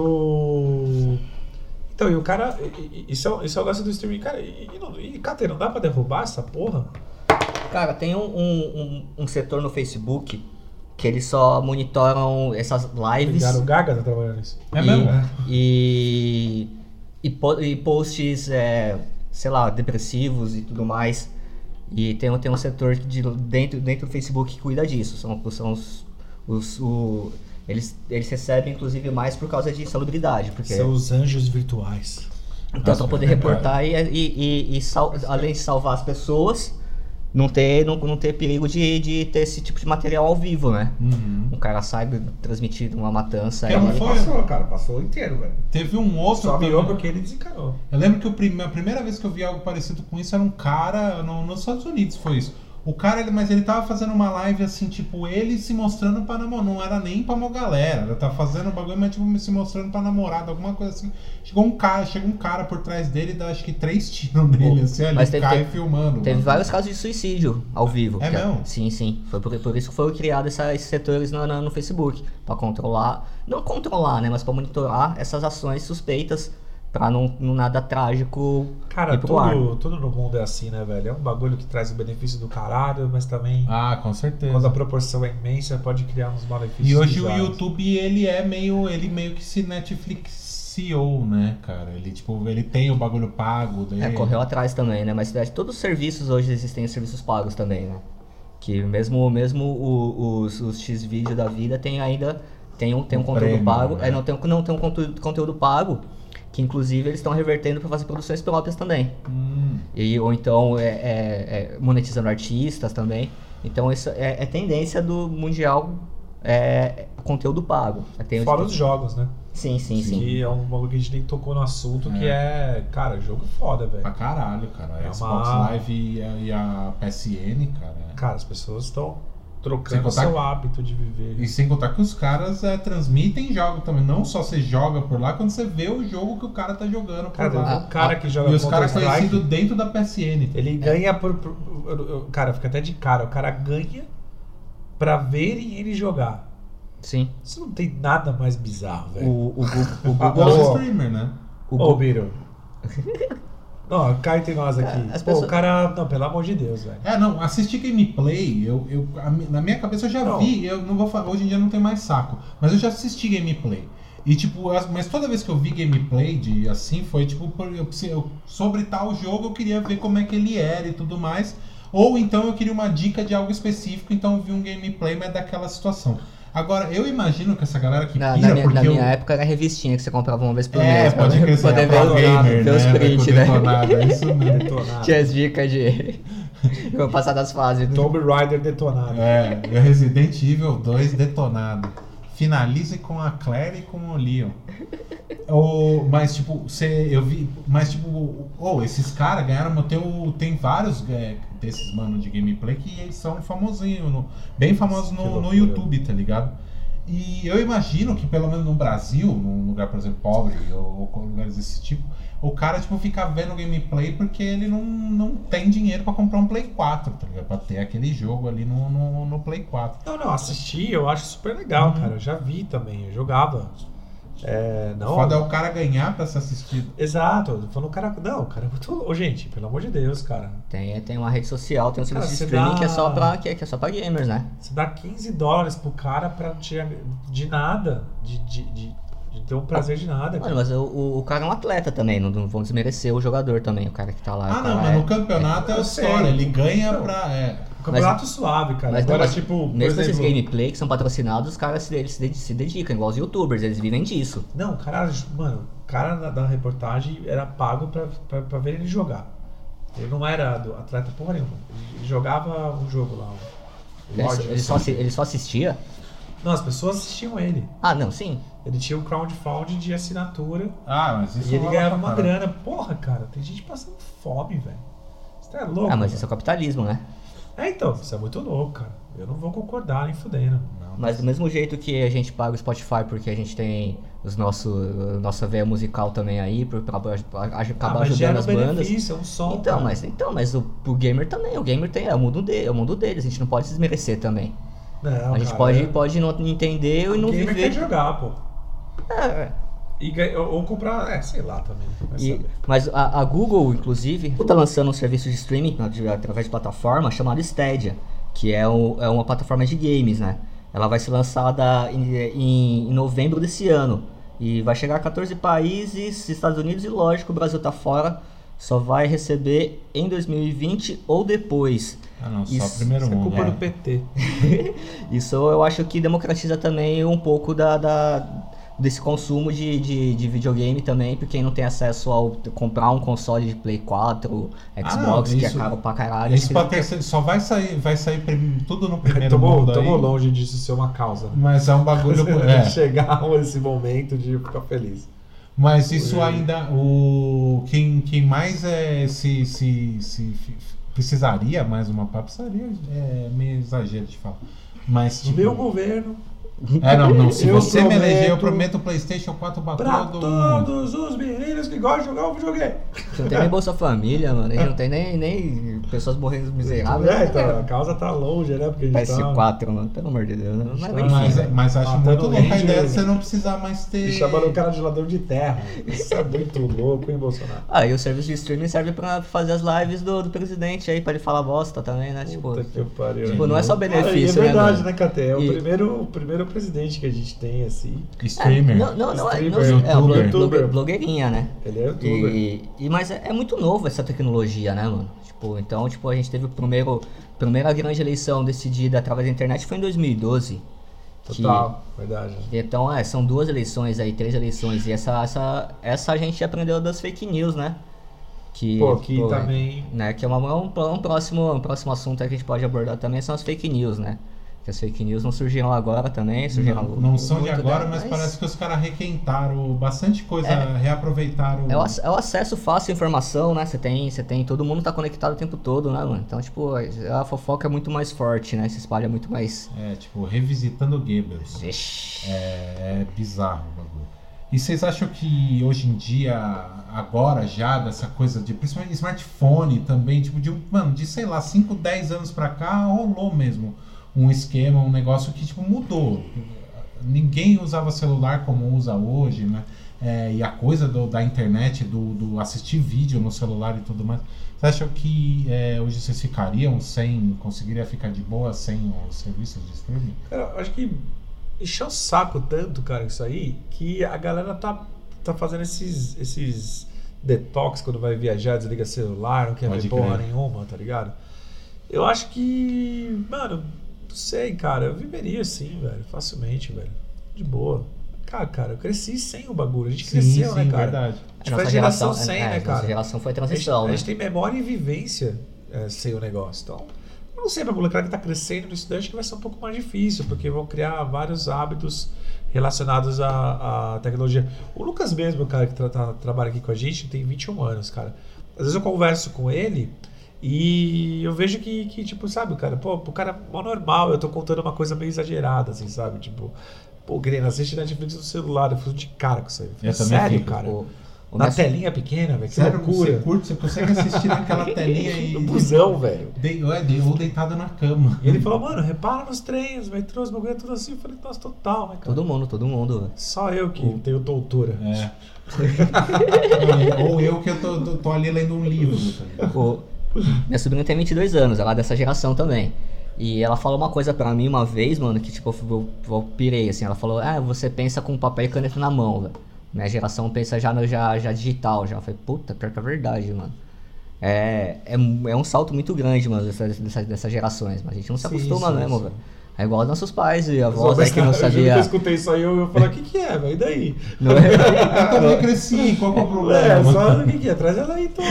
o. Então, e o cara. e- e- Isso é, o- isso é o lance do streaming, cara. E, e, não- e K T, não dá pra derrubar essa porra? Cara, tem um, um, um, um setor no Facebook que eles só monitoram essas lives Ligaram o Gaga tá trabalhando nisso. É e, mesmo? e, e, po- e posts, é, sei lá, depressivos e tudo mais. E tem, um- tem um setor de, dentro, dentro do Facebook que cuida disso. São, são os, os, o, eles, eles recebem, inclusive, mais por causa de salubridade. Porque, São os anjos virtuais. então, Nossa, pra poder é reportar e, e, e, e sal- além de salvar as pessoas, não ter, não, não ter perigo de, de ter esse tipo de material ao vivo, né? Uhum. Um cara sai transmitindo uma matança. Que aí- não foi- Passou, cara. Passou inteiro, velho. Teve um outro. Só virou também. porque ele desencarou. Eu lembro que o prime- a primeira vez que eu vi algo parecido com isso era um cara no- nos Estados Unidos, foi isso. O cara, ele- mas ele tava fazendo uma live assim, tipo, ele se mostrando pra namorar. Não era nem pra uma galera. Ele tava fazendo um bagulho, mas tipo, se mostrando pra namorada, alguma coisa assim. Chegou um cara, chega um cara por trás dele e dá acho que três tiros nele, assim, ali, mas teve- cai teve- filmando. Teve mano. vários casos de suicídio ao vivo. É que- mesmo? Sim, sim. Foi por, por isso que foram criados essa- esses setores no, no, no Facebook. Pra controlar, não controlar, né? Mas pra monitorar essas ações suspeitas pra não, não nada trágico Cara, ir pro ar. tudo, tudo no mundo é assim, né, velho? É um bagulho que traz o benefício do caralho, mas também, Ah, com certeza. quando a proporção é imensa, pode criar uns malefícios. E hoje o bizarros. YouTube, ele é meio, ele meio que se Netflixiou, né, cara? Ele, tipo, ele tem o bagulho pago dele. É, correu atrás também, né? Mas acho que todos os serviços hoje existem serviços pagos também, né? Que mesmo, mesmo o- os, os X-Vídeo da vida tem ainda tem um, tem um Um conteúdo prêmio, pago. né? É, não tem, um- não tem um conteúdo, conteúdo pago, que inclusive eles estão revertendo para fazer produções próprias também. Hum. E, ou então é, é- é monetizando artistas também. Então isso é, é tendência do mundial, é, conteúdo pago. Tem Fora os jogos, né? Sim, sim, sim. Que é um bagulho que a gente nem tocou no assunto, É. que é, cara, jogo foda, velho. Pra caralho, cara. A É Xbox uma- Live e a, e a P S N, cara. Cara, as pessoas estão Sem trocando o contar seu que- hábito de viver. E sem contar que os caras é, transmitem jogos também. Não só você joga por lá, quando você vê o jogo que o cara tá jogando por Cara, lá. um cara que joga E os caras Counter-Strike, conhecidos dentro da P S N. ele ganha por, por- eu- eu- Cara, fica até de cara. O cara ganha pra verem ele jogar. Sim. Isso não tem nada mais bizarro, O, velho. o, Gu- o Igual Google. o streamer, né? O Ô, Gu- Biro. Não, cá entre nós aqui. É, as Pô, pessoas- o cara... Não, pelo amor de Deus, velho. É, não, assistir gameplay, eu, eu, a mi- na minha cabeça eu já Não. vi, eu não vou falar, hoje em dia não tem mais saco, mas eu já assisti gameplay. E tipo, as- mas toda vez que eu vi gameplay de assim, foi tipo, por- eu, preci- eu- sobre tal jogo eu queria ver como é que ele era e tudo mais. Ou então eu queria uma dica de algo específico, então eu vi um gameplay, mas daquela situação. Agora, eu imagino que essa galera que Na, pira, na minha, porque na minha eu... época era revistinha que você comprava uma vez por É, mês. pode pra crescer, poder a ver, Pro Gamer, ver os né? prints, Com né? detonado, é isso mesmo. Detonado. Tinha as dicas de como passar das fases. né? Tomb Raider detonado. É, e Resident Evil dois detonado. Finalize com a Claire e com o Leon. Ou, mas tipo, você, eu vi, mas tipo, oh, esses caras ganharam, tem, o- tem vários é, desses mano de gameplay que eles são famosinhos, no- bem famosos Que no, no loucura. YouTube, tá ligado? E eu imagino que pelo menos no Brasil, num lugar, por exemplo, pobre ou, ou lugares desse tipo, o cara tipo fica vendo gameplay porque ele não, não tem dinheiro pra comprar um Play quatro, tá ligado? Pra ter aquele jogo ali no, no, no Play quatro. Não, não, assisti, eu acho super legal, Uhum. cara. Eu já vi também, eu jogava. É, não, Foda é o cara ganhar pra ser assistido. Exato, eu tô falando, cara, não, cara, é muito. Ô, gente, pelo amor de Deus, cara. Tem, tem uma rede social, tem um Cara, serviço de você streaming dá- que é só pra que, que é só pra gamers, né? Você dá quinze dólares pro cara pra de, de nada, de, de, de, de ter um prazer de nada, Mano, cara. mas o, o, o cara é um atleta também, não, não vão desmerecer o jogador também, o cara que tá lá. Ah, o não, cara mas é- no campeonato é, eu outra sei. história. Ele ganha Não. pra. É. O campeonato suave, cara. Mas, não, Agora, mas tipo, por mesmo esses exemplo, gameplay que são patrocinados, os caras se, eles se, ded- se dedicam, igual os youtubers, eles vivem disso. Não, cara, mano, o cara da, da reportagem era pago pra, pra, pra ver ele jogar. Ele não era do atleta porra nenhuma. Ele jogava um jogo lá. o Ele, Lorde, ele, assim. só, assi- ele só assistia? Não, as pessoas assistiam ele. Ah, não, sim. Ele tinha um crowdfunding de assinatura Ah, mas isso e ele rola ganhava pra uma caralho. grana. Porra, cara, tem gente passando fome, velho. Você tá louco? Ah, mas velho? isso é capitalismo, né? É, então, isso é muito louco, cara. Eu não vou concordar nem fudendo. Não. Mas do mesmo jeito que a gente paga o Spotify porque a gente tem os nosso, nossa veia musical também aí, por, pra, pra, pra Ah, acabar mas ajudando gera um as bandas. benefício, é um som. Então, cara. mas, então, mas o, o gamer também, o gamer tem, é o mundo dele, é o mundo deles, a gente não pode desmerecer também. Não, a gente cara, pode, é- pode não entender e o não gamer viver. quer jogar, pô. É, E, ganha- ou, ou comprar, é, sei lá também. Vai E- saber. mas a, a Google, inclusive, está lançando um serviço de streaming né, de- através de plataforma chamado Stadia, que é, o- é uma plataforma de games, né? Ela vai ser lançada em, em- em novembro desse ano e vai chegar a quatorze países, Estados Unidos e, lógico, o Brasil tá fora, só vai receber em dois mil e vinte ou depois. Ah, não, só Isso- primeiro Isso é mundo. culpa é. do P T. Isso eu acho que democratiza também um pouco da, da- desse consumo de, de, de videogame também, porque quem não tem acesso ao comprar um console de Play quatro, Ah, Xbox, não, que é isso- caro pra caralho. Isso que- pra ter- só vai sair, vai sair prim- tudo no primeiro Tomou, mundo tomou aí. longe disso ser uma causa, né? Mas é um bagulho. é. Chegar esse momento de ficar feliz. Mas isso É. ainda. O, quem, quem mais é, se, se, se fi- precisaria mais uma pá, precisaria, é meio exagero de falar. Mas, No tipo, meu governo, é, não, não, se eu você me eleger, eu prometo prometo o PlayStation quatro pra pra todo mundo. todos os meninos que gostam de jogar um videogame. Não tem nem Bolsa Família, mano. A gente não tem nem, nem pessoas morrendo miseráveis. É, então, a causa tá longe, né? Porque a gente P S tá... quatro, mano. Pelo amor de Deus. Não, mas, Tá- enfim, Mas, velho. mas acho Ah, muito tá no louca a range, ideia né? de você não precisar mais ter. E chamando o cara de ladrão de terra. Isso é muito louco, hein, Bolsonaro? Ah, e o serviço de streaming serve pra fazer as lives do, do presidente aí, pra ele falar bosta também, né? Tipo, Puta que pariu. tipo, não é só benefício, Ah, é verdade, né, né, mano? Cate? É o, E- primeiro, o primeiro presidente que a gente tem, assim. Streamer. Não, não, não, é, não, Streamer, é, um blo- youtuber. blogue- blogueirinha, né? Ele é youtuber. E, e, mas é, é muito novo essa tecnologia, né, mano? Tipo, então, tipo, a gente teve o primeiro, primeira grande eleição decidida através da internet foi em dois mil e doze. que- Total, verdade. Então, é, são duas eleições aí, três eleições. E essa, essa, essa a gente aprendeu das fake news, né? Que, Pô, que pô, também... né, que é uma, um, um, próximo, um próximo assunto aí que a gente pode abordar também são as fake news, né? Que as fake news não surgiram agora também, surgiram Não, não são de muito, agora, né? mas parece que os caras requentaram bastante coisa, É. reaproveitaram. É o, ac- é o acesso fácil à informação, né? Você tem, você tem, todo mundo tá conectado o tempo todo, né, mano? Então, tipo, a fofoca é muito mais forte, né? Se espalha muito mais. É, tipo, revisitando Goebbels. Vixe. É, é bizarro o bagulho. E vocês acham que hoje em dia, agora já, dessa coisa de, principalmente smartphone também, tipo, de, um- mano, de sei lá, cinco, dez anos pra cá, rolou mesmo um esquema, um negócio que, tipo, mudou. Ninguém usava celular como usa hoje, né? É, e a coisa do- da internet, do, do assistir vídeo no celular e tudo mais. Vocês acham que é, hoje vocês ficariam sem, conseguiriam ficar de boa sem os serviços de streaming? Cara, eu acho que encheu o saco tanto, cara, isso aí, que a galera tá, tá fazendo esses, esses detox quando vai viajar, desliga celular, não quer Pode ver porra crer. nenhuma, tá ligado? Eu acho que, mano, Não sei, cara. Eu viveria assim, velho. Facilmente, velho. De boa. Cara, cara, eu cresci sem o bagulho. A gente Sim, cresceu, sim, né, cara? verdade. A gente foi a geração sem, é, né, nossa cara? geração foi a A gente, transição, a né? gente tem memória e vivência é, sem o negócio. Então, eu não sei, pra molecada que tá crescendo no estudante, acho que vai ser um pouco mais difícil, porque vão criar vários hábitos relacionados à, à tecnologia. O Lucas mesmo, cara, que tra tra trabalha aqui com a gente, tem vinte e um anos, cara. Às vezes eu converso com ele e eu vejo que, que tipo, sabe, cara, pô, o cara é mó normal, eu tô contando uma coisa meio exagerada, assim, sabe? Tipo, pô, Grena, assiste Netflix no celular, eu fico de cara com isso aí. Eu também Sério, fico, cara? O, o Na nosso- telinha pequena, velho, que Sério, loucura. você curte, você consegue assistir naquela telinha e... No busão, velho. De, ou, é, de- ou deitado na cama. E ele falou, mano, repara nos trens, metrôs, os bagulho é tudo assim. Eu falei, nossa, total, né, cara? Todo mundo, todo mundo, velho. Só eu que tenho doutora. É. Não, ou eu que eu tô, tô, tô ali lendo um livro. Tá ligado? O- minha sobrinha tem vinte e dois anos, ela é dessa geração também. E ela falou uma coisa pra mim uma vez, mano, que tipo, eu, eu pirei, assim. Ela falou, ah, você pensa com papel e caneta na mão, velho. Minha geração pensa já, no, já, já digital, já. Eu falei, puta, pior que é verdade, mano. É, é, é um salto muito grande, mano, dessas, dessas, dessas gerações. Mas a gente não se Sim, acostuma sim, mesmo, sim. velho. É igual aos nossos pais e avós, Mas, né, que não eu juro que sabia. eu escutei isso aí, eu, eu falei, o que que é, velho? E daí? Não é? Eu também cresci, qual que é o É, problema? só o que que é? Traz ela aí, então.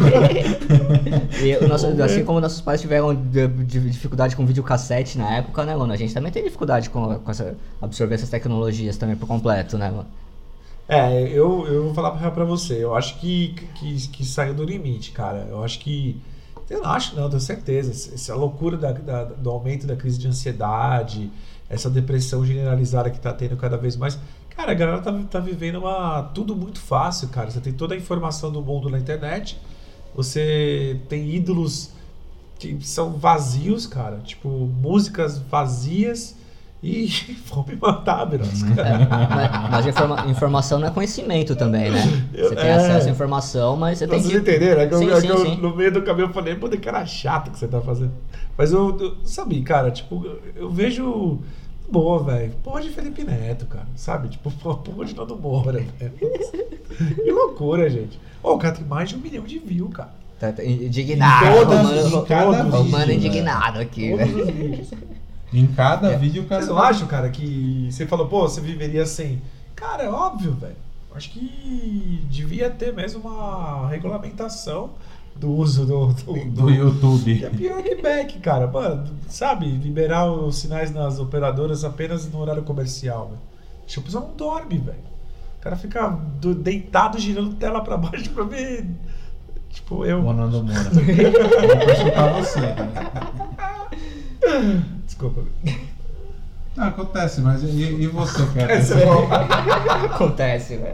E o nosso, assim como nossos pais tiveram de- de- dificuldade com videocassete na época, né, mano? A gente também tem dificuldade com, com essa, absorver essas tecnologias também por completo, né, mano? É, eu, eu vou falar pra, pra você. Eu acho que, que, que saiu do limite, cara. Eu acho que. Eu não acho, não, tenho certeza. Essa loucura da, da- do aumento da crise de ansiedade, essa depressão generalizada que tá tendo cada vez mais. Cara, a galera tá, tá vivendo uma, tudo muito fácil, cara. Você tem toda a informação do mundo na internet. Você tem ídolos que são vazios, cara. Tipo, músicas vazias e vão me matar, Bros. Mas, mas informa- informação não é conhecimento também, né? Você tem É. acesso à informação, mas você Pra tem vocês que... entenderam? É que, eu, Sim, é sim, que eu, sim. no meio do caminho eu falei, pô, que cara chato que você tá fazendo. Mas eu, eu sabe, cara, tipo, eu, eu vejo. Boa, velho. Porra de Felipe Neto, cara. Sabe? Tipo, porra de Nando Moura, velho. Que loucura, gente. Ô, o cara tem mais de um milhão de views, cara. Tá, tá indignado, Em todas- o mano, em cada o mano vídeo, né? indignado aqui, Todos velho. os vídeos. Em cada vídeo o cara... Vocês não acham, cara, que você falou, pô, você viveria sem? Cara, é óbvio, velho. Acho que devia ter mesmo uma regulamentação do uso do, do, Do YouTube. É pior que back, cara. Mano, sabe? Liberar os sinais nas operadoras apenas no horário comercial, velho. Acho que o pessoal não dorme, velho. O cara fica do- deitado girando tela pra baixo pra ver. Tipo, eu. O Nando Moura. Eu vou chutar você. Né? Desculpa. Não, acontece, mas e, e você, cara? Esse é bom. Acontece, velho.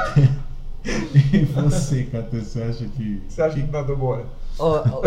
E você, cara? Você acha que... Você acha que nada bora? Ó, ó.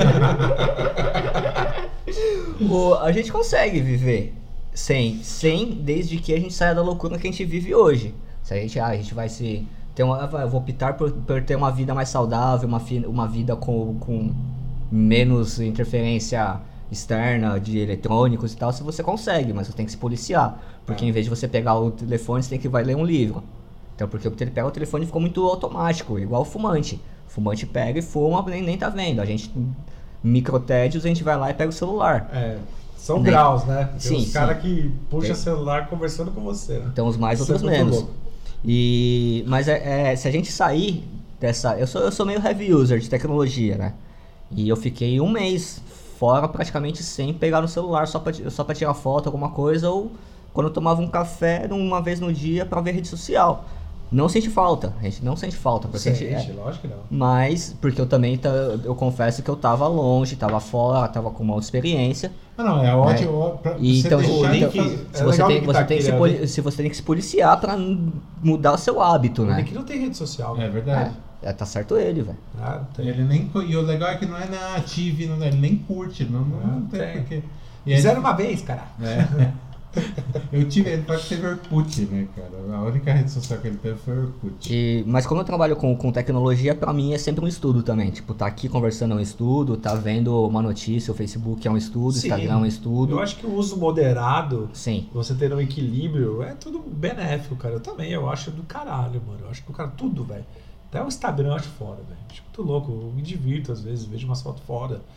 O- a gente consegue viver sem, sem, desde que a gente saia da loucura que a gente vive hoje. Se a gente, ah, a gente vai se ter uma, eu vou optar por, por ter uma vida mais saudável, uma, fi- uma vida com, com menos interferência externa de eletrônicos e tal, se você consegue, mas você tem que se policiar, porque em vez de você pegar o telefone, você tem que vai ler um livro. Então, porque ele pega o telefone e ficou muito automático, igual o fumante. O fumante pega e fuma, nem, nem tá vendo. A gente, microtédios, a gente vai lá e pega o celular. É. São Né? graus, né? Tem Sim, uns caras sim. que puxa Tem. celular conversando com você, né? Então, os mais, Isso é outros muito menos. louco. E, mas é, é, se a gente sair dessa... Eu sou, eu sou meio heavy user de tecnologia, né? E eu fiquei um mês fora, praticamente sem pegar no celular, só pra, só pra tirar foto, alguma coisa, ou quando eu tomava um café uma vez no dia pra ver rede social. Não sente falta, a gente não sente falta, porque a gente, Sente, é, lógico que não. mas porque eu também tá, eu confesso que eu tava longe, tava fora, tava com uma outra experiência. Ah, não, é ótimo. Pra E você então, deixar então, de fazer. se é você legal tem, que você tá tem que se, criando. poli- se você tem que se policiar pra n- mudar o seu hábito, O né? Nick não tem rede social, É né? verdade. É, tá certo ele, velho. Ah, não tem. Ele nem, co- e o legal é que não é na ative, não, ele nem curte, não, não, Ah, não tem tem. porquê. E aí- Fizeram uma vez, cara. É. Eu tive, ele pode ter Orkut, né, cara? A única rede social que ele teve foi Orkut. E, mas como eu trabalho com, com tecnologia, pra mim é sempre um estudo também. Tipo, tá aqui conversando é um estudo, tá vendo uma notícia, o Facebook é um estudo, o Sim. Instagram é um estudo. Eu acho que o uso moderado, Sim. você ter um equilíbrio, é tudo benéfico, cara. Eu também, eu acho do caralho, mano. Eu acho que o cara, tudo, velho. Até o Instagram eu acho foda, velho. Acho muito louco. Eu me divirto às vezes, vejo umas fotos foda.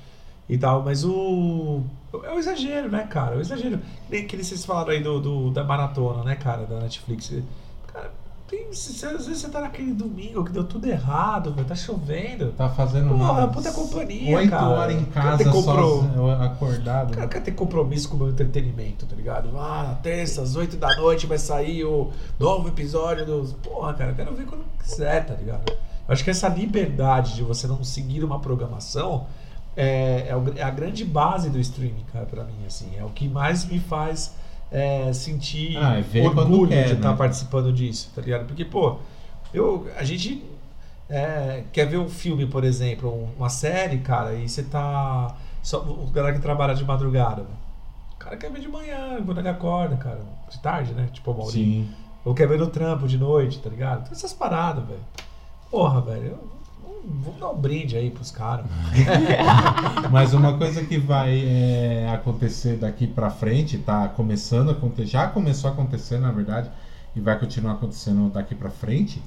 e tal, mas o... É o exagero, né, cara? É o exagero. Nem que vocês falaram aí do, do, da maratona, né, cara, da Netflix. Cara, tem, às vezes você tá naquele domingo que deu tudo errado, velho, tá chovendo. Tá fazendo Porra, nada. puta companhia, Oito cara. horas em Cara, casa tem comprou- só acordado. O cara quer ter compromisso com o meu entretenimento, tá ligado? Ah, na terça, às oito da noite vai sair o novo episódio dos... Porra, cara, eu quero ver quando quiser, tá ligado? Eu acho que essa liberdade de você não seguir uma programação é, é, o- é a grande base do streaming, cara, pra mim, assim. É o que mais me faz é, sentir Ah, é ver quando orgulho quer, de estar né? participando disso, tá ligado? Porque, pô, eu, a gente é, quer ver um filme, por exemplo, um- uma série, cara, e você tá... Só, o galera que trabalha de madrugada, né? O cara quer ver de manhã, quando ele acorda, cara. De tarde, né? Tipo o Maurinho. Sim. Ou quer ver no trampo de noite, tá ligado? Tem essas paradas, velho. Porra, velho. eu- Vamos dar um brinde aí pros caras. Mas uma coisa que vai é, acontecer daqui pra frente, tá começando a acontecer, já começou a acontecer, na verdade, e vai continuar acontecendo daqui pra frente,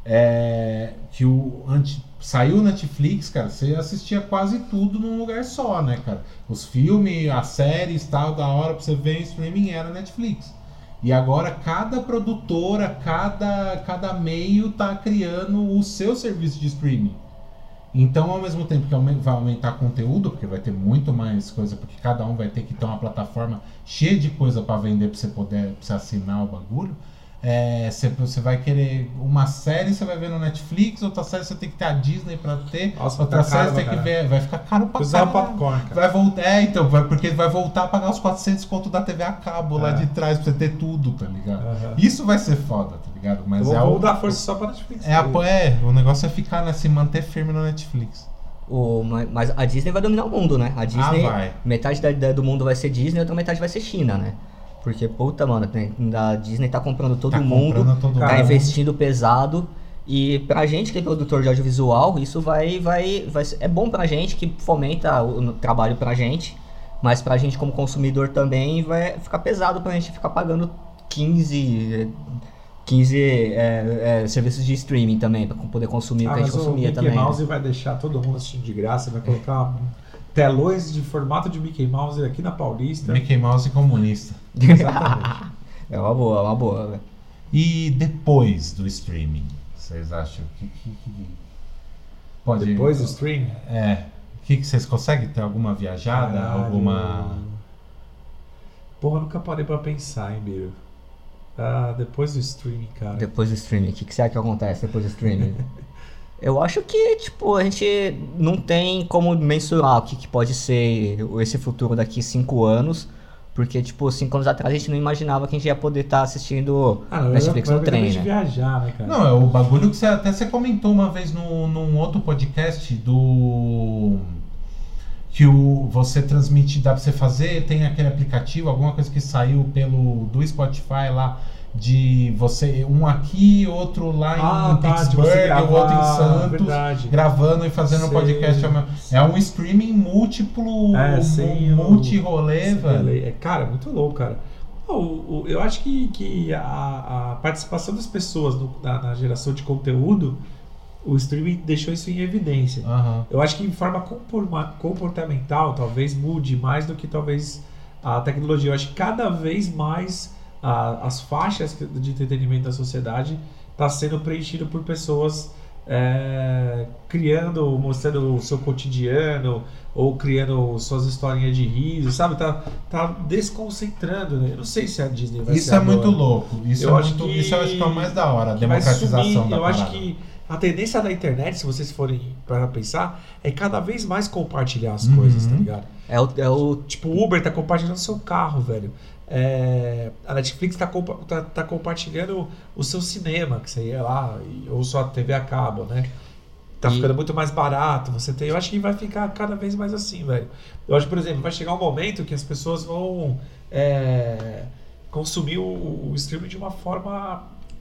é que o anti, saiu o Netflix, cara, você assistia quase tudo num lugar só, né, cara? Os filmes, as séries, tal, da hora pra você ver em streaming era Netflix. E agora cada produtora, cada, cada meio tá criando o seu serviço de streaming. Então, ao mesmo tempo que aume- vai aumentar conteúdo, porque vai ter muito mais coisa, porque cada um vai ter que ter uma plataforma cheia de coisa para vender para você poder pra você assinar o bagulho. É, você, você vai querer uma série, você vai ver no Netflix, outra série você tem que ter a Disney para ter, Nossa, outra tá série caro você tem pra que ver, vai ficar caro pra Usar caralho. popcorn, cara. Vai voltar, é, então, vai, porque vai voltar a pagar os quatrocentos conto da T V a cabo lá É. de trás pra você ter tudo, tá ligado? Aham. Isso vai ser foda, tá ligado? Mas Então, é vamos o, dar força só pra Netflix. é, a, é, o negócio é ficar, né, se manter firme no Netflix. O, ma- mas a Disney vai dominar o mundo, né? A Disney, Ah, vai. metade da, da- do mundo vai ser Disney e outra metade vai ser China, né? Porque, puta, mano, tem, a Disney tá comprando todo Tá mundo, comprando todo tá mundo. investindo pesado. E pra gente que é produtor de audiovisual, isso vai, vai, vai ser- é bom pra gente, que fomenta o, o trabalho pra gente. Mas pra gente como consumidor também vai ficar pesado pra gente ficar pagando quinze, quinze é, é, serviços de streaming também, pra poder consumir o Ah, que a gente mas o consumia Mickey também. né? Mouse vai deixar todo mundo assistindo de graça, vai colocar telões de formato de Mickey Mouse aqui na Paulista. Mickey Mouse comunista. Exatamente. É uma boa, é uma boa, velho. E depois do streaming, vocês acham que, que, que pode Depois do stream. É. O que, que vocês conseguem ter alguma viajada, Caralho. alguma Porra, eu nunca parei pra pensar, hein, Biro? Ah, depois do streaming, cara. Depois do streaming, o que, que será que acontece depois do streaming? Eu acho que, tipo, a gente não tem como mensurar o que, que pode ser esse futuro daqui cinco anos. Porque, tipo, cinco anos atrás a gente não imaginava que a gente ia poder estar assistindo Ah, não, Netflix eu, eu, no eu trem, de né? viajar, né, cara? Não, é o bagulho que você até você comentou uma vez no, num outro podcast do que o você transmite, dá pra você fazer, tem aquele aplicativo, alguma coisa que saiu pelo do Spotify lá de você um aqui, outro lá em Ah, tá, de Pittsburgh, você gravar, o outro em Santos, verdade. gravando e fazendo um Sei. podcast ao mesmo- É um streaming múltiplo, É, sem o- multi-rolê, Sem velho. delay. É, cara, muito louco, cara. O- o- eu acho que, que a, a participação das pessoas no- na, na geração de conteúdo, o streaming deixou isso em evidência. Aham. Eu acho que em forma comporma- comportamental talvez mude mais do que talvez a tecnologia. Eu acho que cada vez mais a- as faixas de entretenimento da sociedade está sendo preenchido por pessoas é, criando, mostrando o seu cotidiano ou criando suas historinhas de riso, sabe? Tá, tá desconcentrando, né? Eu não sei se a Disney vai Isso ser é muito agora. louco. Isso, Eu é acho muito, que- isso eu acho que é o mais da hora, a que vai democratização sumir. da Eu parada. acho que a tendência da internet, se vocês forem para pensar, é cada vez mais compartilhar as Uhum. coisas, tá ligado? É o, é o Tipo, o Uber tá compartilhando seu carro, velho. É, a Netflix tá, compa- tá, tá compartilhando o seu cinema, que você ia lá, e- ou sua T V a cabo, né? Tá E- ficando muito mais barato. Você tem, eu acho que vai ficar cada vez mais assim, velho. Eu acho, por exemplo, vai chegar um momento que as pessoas vão é, consumir o, o streaming de uma forma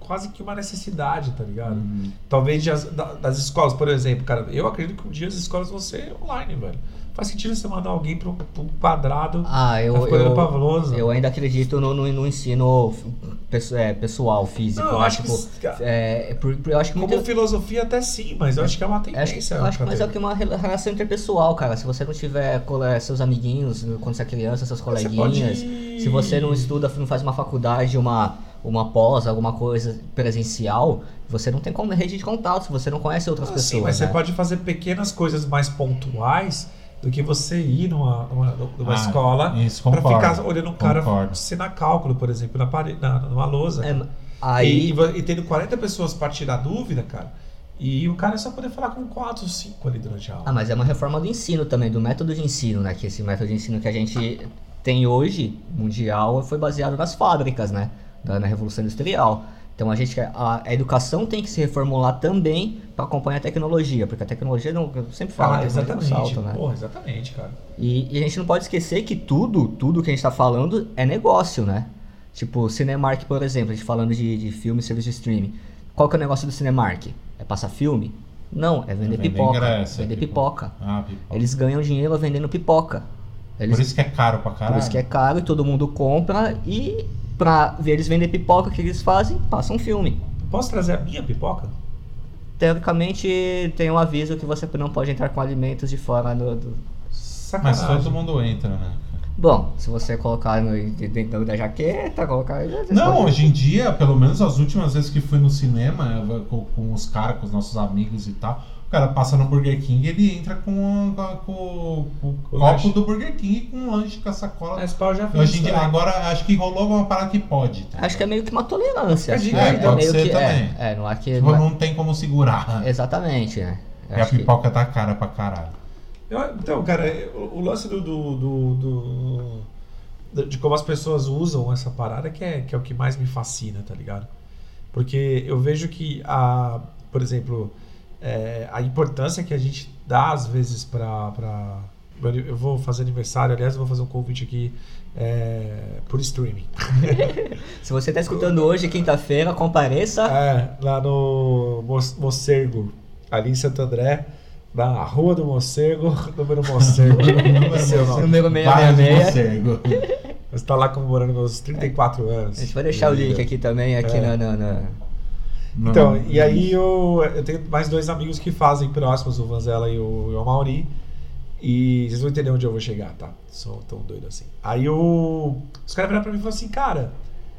quase que uma necessidade, tá ligado? Uhum. Talvez de as, da, das escolas, por exemplo, cara, eu acredito que um dia as escolas vão ser online, velho. Faz sentido você mandar alguém para um quadrado. Ah, eu, eu, eu ainda acredito no, no, no ensino é, pessoal, físico. Não, eu né? acho tipo, que, é, eu acho que como muito... filosofia até sim, mas eu acho que é uma tendência. Eu acho que mais é que uma relação interpessoal, cara. Se você não tiver seus amiguinhos quando você é criança, seus coleguinhas, você pode... se você não estuda, não faz uma faculdade, uma, uma pós, alguma coisa presencial, você não tem como rede de contato, se você não conhece outras ah, pessoas. Sim, mas né? você pode fazer pequenas coisas mais pontuais do que você ir numa, numa, numa ah, escola para ficar olhando um cara ensinar cálculo, por exemplo, na parede, na, numa lousa. É, aí... e, e tendo quarenta pessoas para tirar dúvida, cara, e o cara só poder falar com quatro, cinco ali durante a aula. Ah, mas é uma reforma do ensino também, do método de ensino, né? Que esse método de ensino que a gente tem hoje, mundial, foi baseado nas fábricas, né? Da, na Revolução Industrial. Então a gente a, a educação tem que se reformular também para acompanhar a tecnologia, porque a tecnologia não, eu sempre falo, ah, exatamente, salto, né? Porra, exatamente, cara. E, e a gente não pode esquecer que tudo, tudo que a gente está falando é negócio, né? Tipo, Cinemark, por exemplo, a gente falando de, de filme e serviço de streaming. Qual que é o negócio do Cinemark? É passar filme? Não, é vender pipoca. Ingresso, vender pipoca. pipoca. Ah, pipoca. Eles ganham dinheiro vendendo pipoca. Eles, por isso que é caro pra caralho. Por isso que é caro e todo mundo compra e pra ver eles vender pipoca, o que eles fazem? Passam um filme. Posso trazer a minha pipoca? Teoricamente tem um aviso que você não pode entrar com alimentos de fora do... do... Mas todo mundo entra, né? Bom, se você colocar no, dentro da jaqueta, colocar... Não, pode... hoje em dia, pelo menos as últimas vezes que fui no cinema, com, com os caras, com os nossos amigos e tal, o cara passa no Burger King e ele entra com, com, com, com o copo lanche do Burger King com um lanche, com a sacola. Esse pau já fez hoje em dia, agora acho que rolou uma parada que pode. Tá? Acho que é meio que uma tolerância. Assim, é, pode meio ser que, também. É, é, não, é que, tipo, não, é... não tem como segurar. Exatamente, né? Porque a pipoca que... tá cara pra caralho. Eu, então, cara, o, o lance do, do, do, do, de como as pessoas usam essa parada que é, que é o que mais me fascina, tá ligado? Porque eu vejo que, a, por exemplo, é, a importância que a gente dá às vezes pra, pra... Eu vou fazer aniversário, aliás, eu vou fazer um convite aqui é, por streaming. Se você tá escutando hoje, quinta-feira, compareça. É, lá no Mocergo, ali em Santo André. Na Rua do Mocergo, número Mocergo. Número seiscentos e sessenta e seis. Você está lá comemorando meus trinta e quatro anos. A gente vai deixar o link aqui também, aqui é. na, na, na... Então, não, e aí eu, eu tenho mais dois amigos que fazem próximos, o Vanzella e o, e o Mauri. E vocês vão entender onde eu vou chegar, tá? Sou tão doido assim. Aí o, os caras viraram pra mim e falaram assim, cara,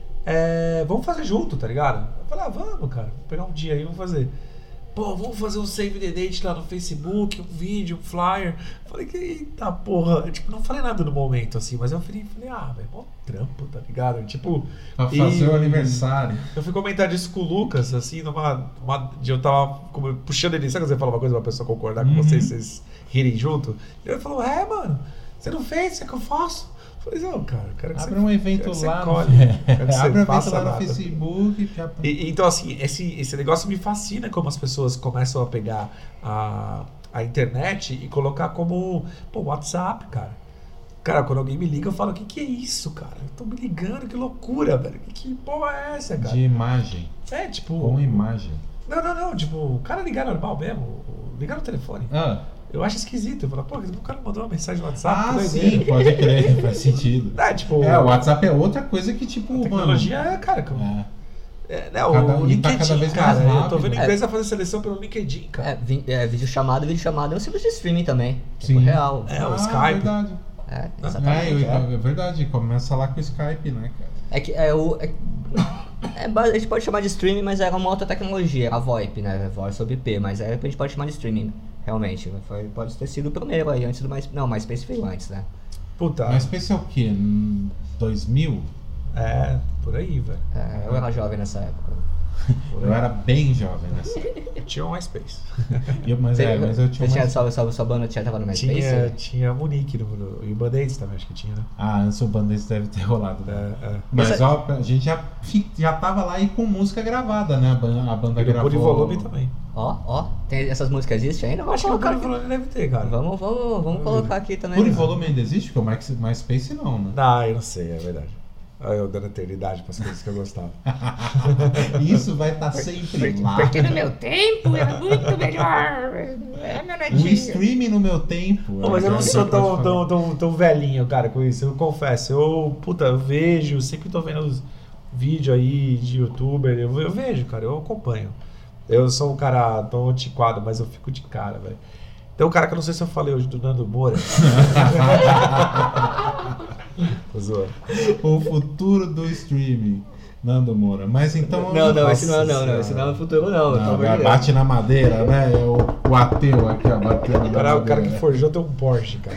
é, vamos fazer junto, tá ligado? Eu falei, ah, vamos, cara. Vou pegar um dia aí e vamos fazer. Pô, vamos fazer um save the date lá no Facebook, um vídeo, um flyer. Falei que, eita porra. Eu, tipo, não falei nada no momento, assim, mas eu falei, falei ah, velho, mó trampo, tá ligado? Tipo. Pra fazer o aniversário. Eu fui comentar disso com o Lucas, assim, numa. Uma, eu tava como, puxando ele. Sabe quando você fala uma coisa pra pessoa concordar com uhum. vocês, vocês rirem junto? E ele falou, é, mano, você não fez, isso é que eu faço? Eu falei, não, cara, quero que abre você, um evento lá, no, é, abre um evento lá no Facebook. Já... E, então, assim, esse, esse negócio me fascina como as pessoas começam a pegar a, a internet e colocar como, pô, WhatsApp, cara. Cara, quando alguém me liga, eu falo, o que, que é isso, cara? Eu tô me ligando, que loucura, velho. Que, que porra é essa, cara? De imagem. É, tipo... Com imagem. Não, não, não, tipo, o cara ligar normal mesmo, ligar no telefone. Ah. Eu acho esquisito. Eu falo, pô, o cara mandou uma mensagem no WhatsApp. Ah, sim, pode crer, faz sentido. É, tipo, é, o WhatsApp é outra coisa que, tipo, a tecnologia mano, é, cara, como... É. É, não, cada, o LinkedIn, tá cada vez cara, mais rápido. Eu tô vendo a empresa é. fazer seleção pelo LinkedIn, cara. É, vi, é vídeo chamada, vídeo chamada é um serviço de streaming também. Sim. Tipo, real. É, o ah, Skype. É verdade. É, exatamente. É, é, é verdade, começa lá com o Skype, né, cara? É que é o... É, é, a gente pode chamar de streaming, mas era uma outra tecnologia, a VoIP, né? Voice over I P, mas é, a gente pode chamar de streaming. Realmente, foi, pode ter sido o primeiro aí, antes do mais... Não, MySpace veio antes, né? Puta. MySpace é o quê? dois mil? É, por aí, velho. É, eu era jovem nessa época. Eu era bem jovem nessa época. Eu tinha um MySpace. eu, mas, você, é, mas eu tinha Você tinha, mais... sua, sua, sua banda tinha, tava no MySpace? Tinha, tinha Monique no, no, e o Band-Aids também, acho que tinha, né? Ah, antes o Band-Aids deve ter rolado, né? É, é. Mas Essa... ó, a gente já, já tava lá e com música gravada, né? A banda, a banda gravou... Por volume também. Ó, ó, tem essas músicas existem ainda? Vamos acho colocar que o volume deve ter, cara. Vamos, vamos, vamos colocar aqui também. Por volume ainda existe? Porque o MySpace não, né? Não, eu não sei, é verdade. Aí eu dando eternidade para as coisas que eu gostava. Isso vai estar sempre lá. Porque no meu tempo era muito melhor. É, meu O netinho. streaming no meu tempo. Pô, mas eu não É, sou tão, pode tão, falar. tão, tão velhinho, cara, com isso. Eu confesso. Eu, puta, eu vejo, sempre tô vendo os vídeos aí de youtuber. Eu, eu vejo, cara, eu acompanho. Eu sou um cara tão antiquado, mas eu fico de cara, velho. Tem um cara que eu não sei se eu falei hoje, do Nando Moura. Tô zoando. O futuro do streaming. Nando Moura. Mas então. Não, não, Nossa esse não é não, não, esse não é o futuro não. Não, pelo amor de vai- Deus. bate na madeira, né? O, o ateu aqui, ó, batendo na Cara, o cara que madeira. forjou tem um Porsche, cara.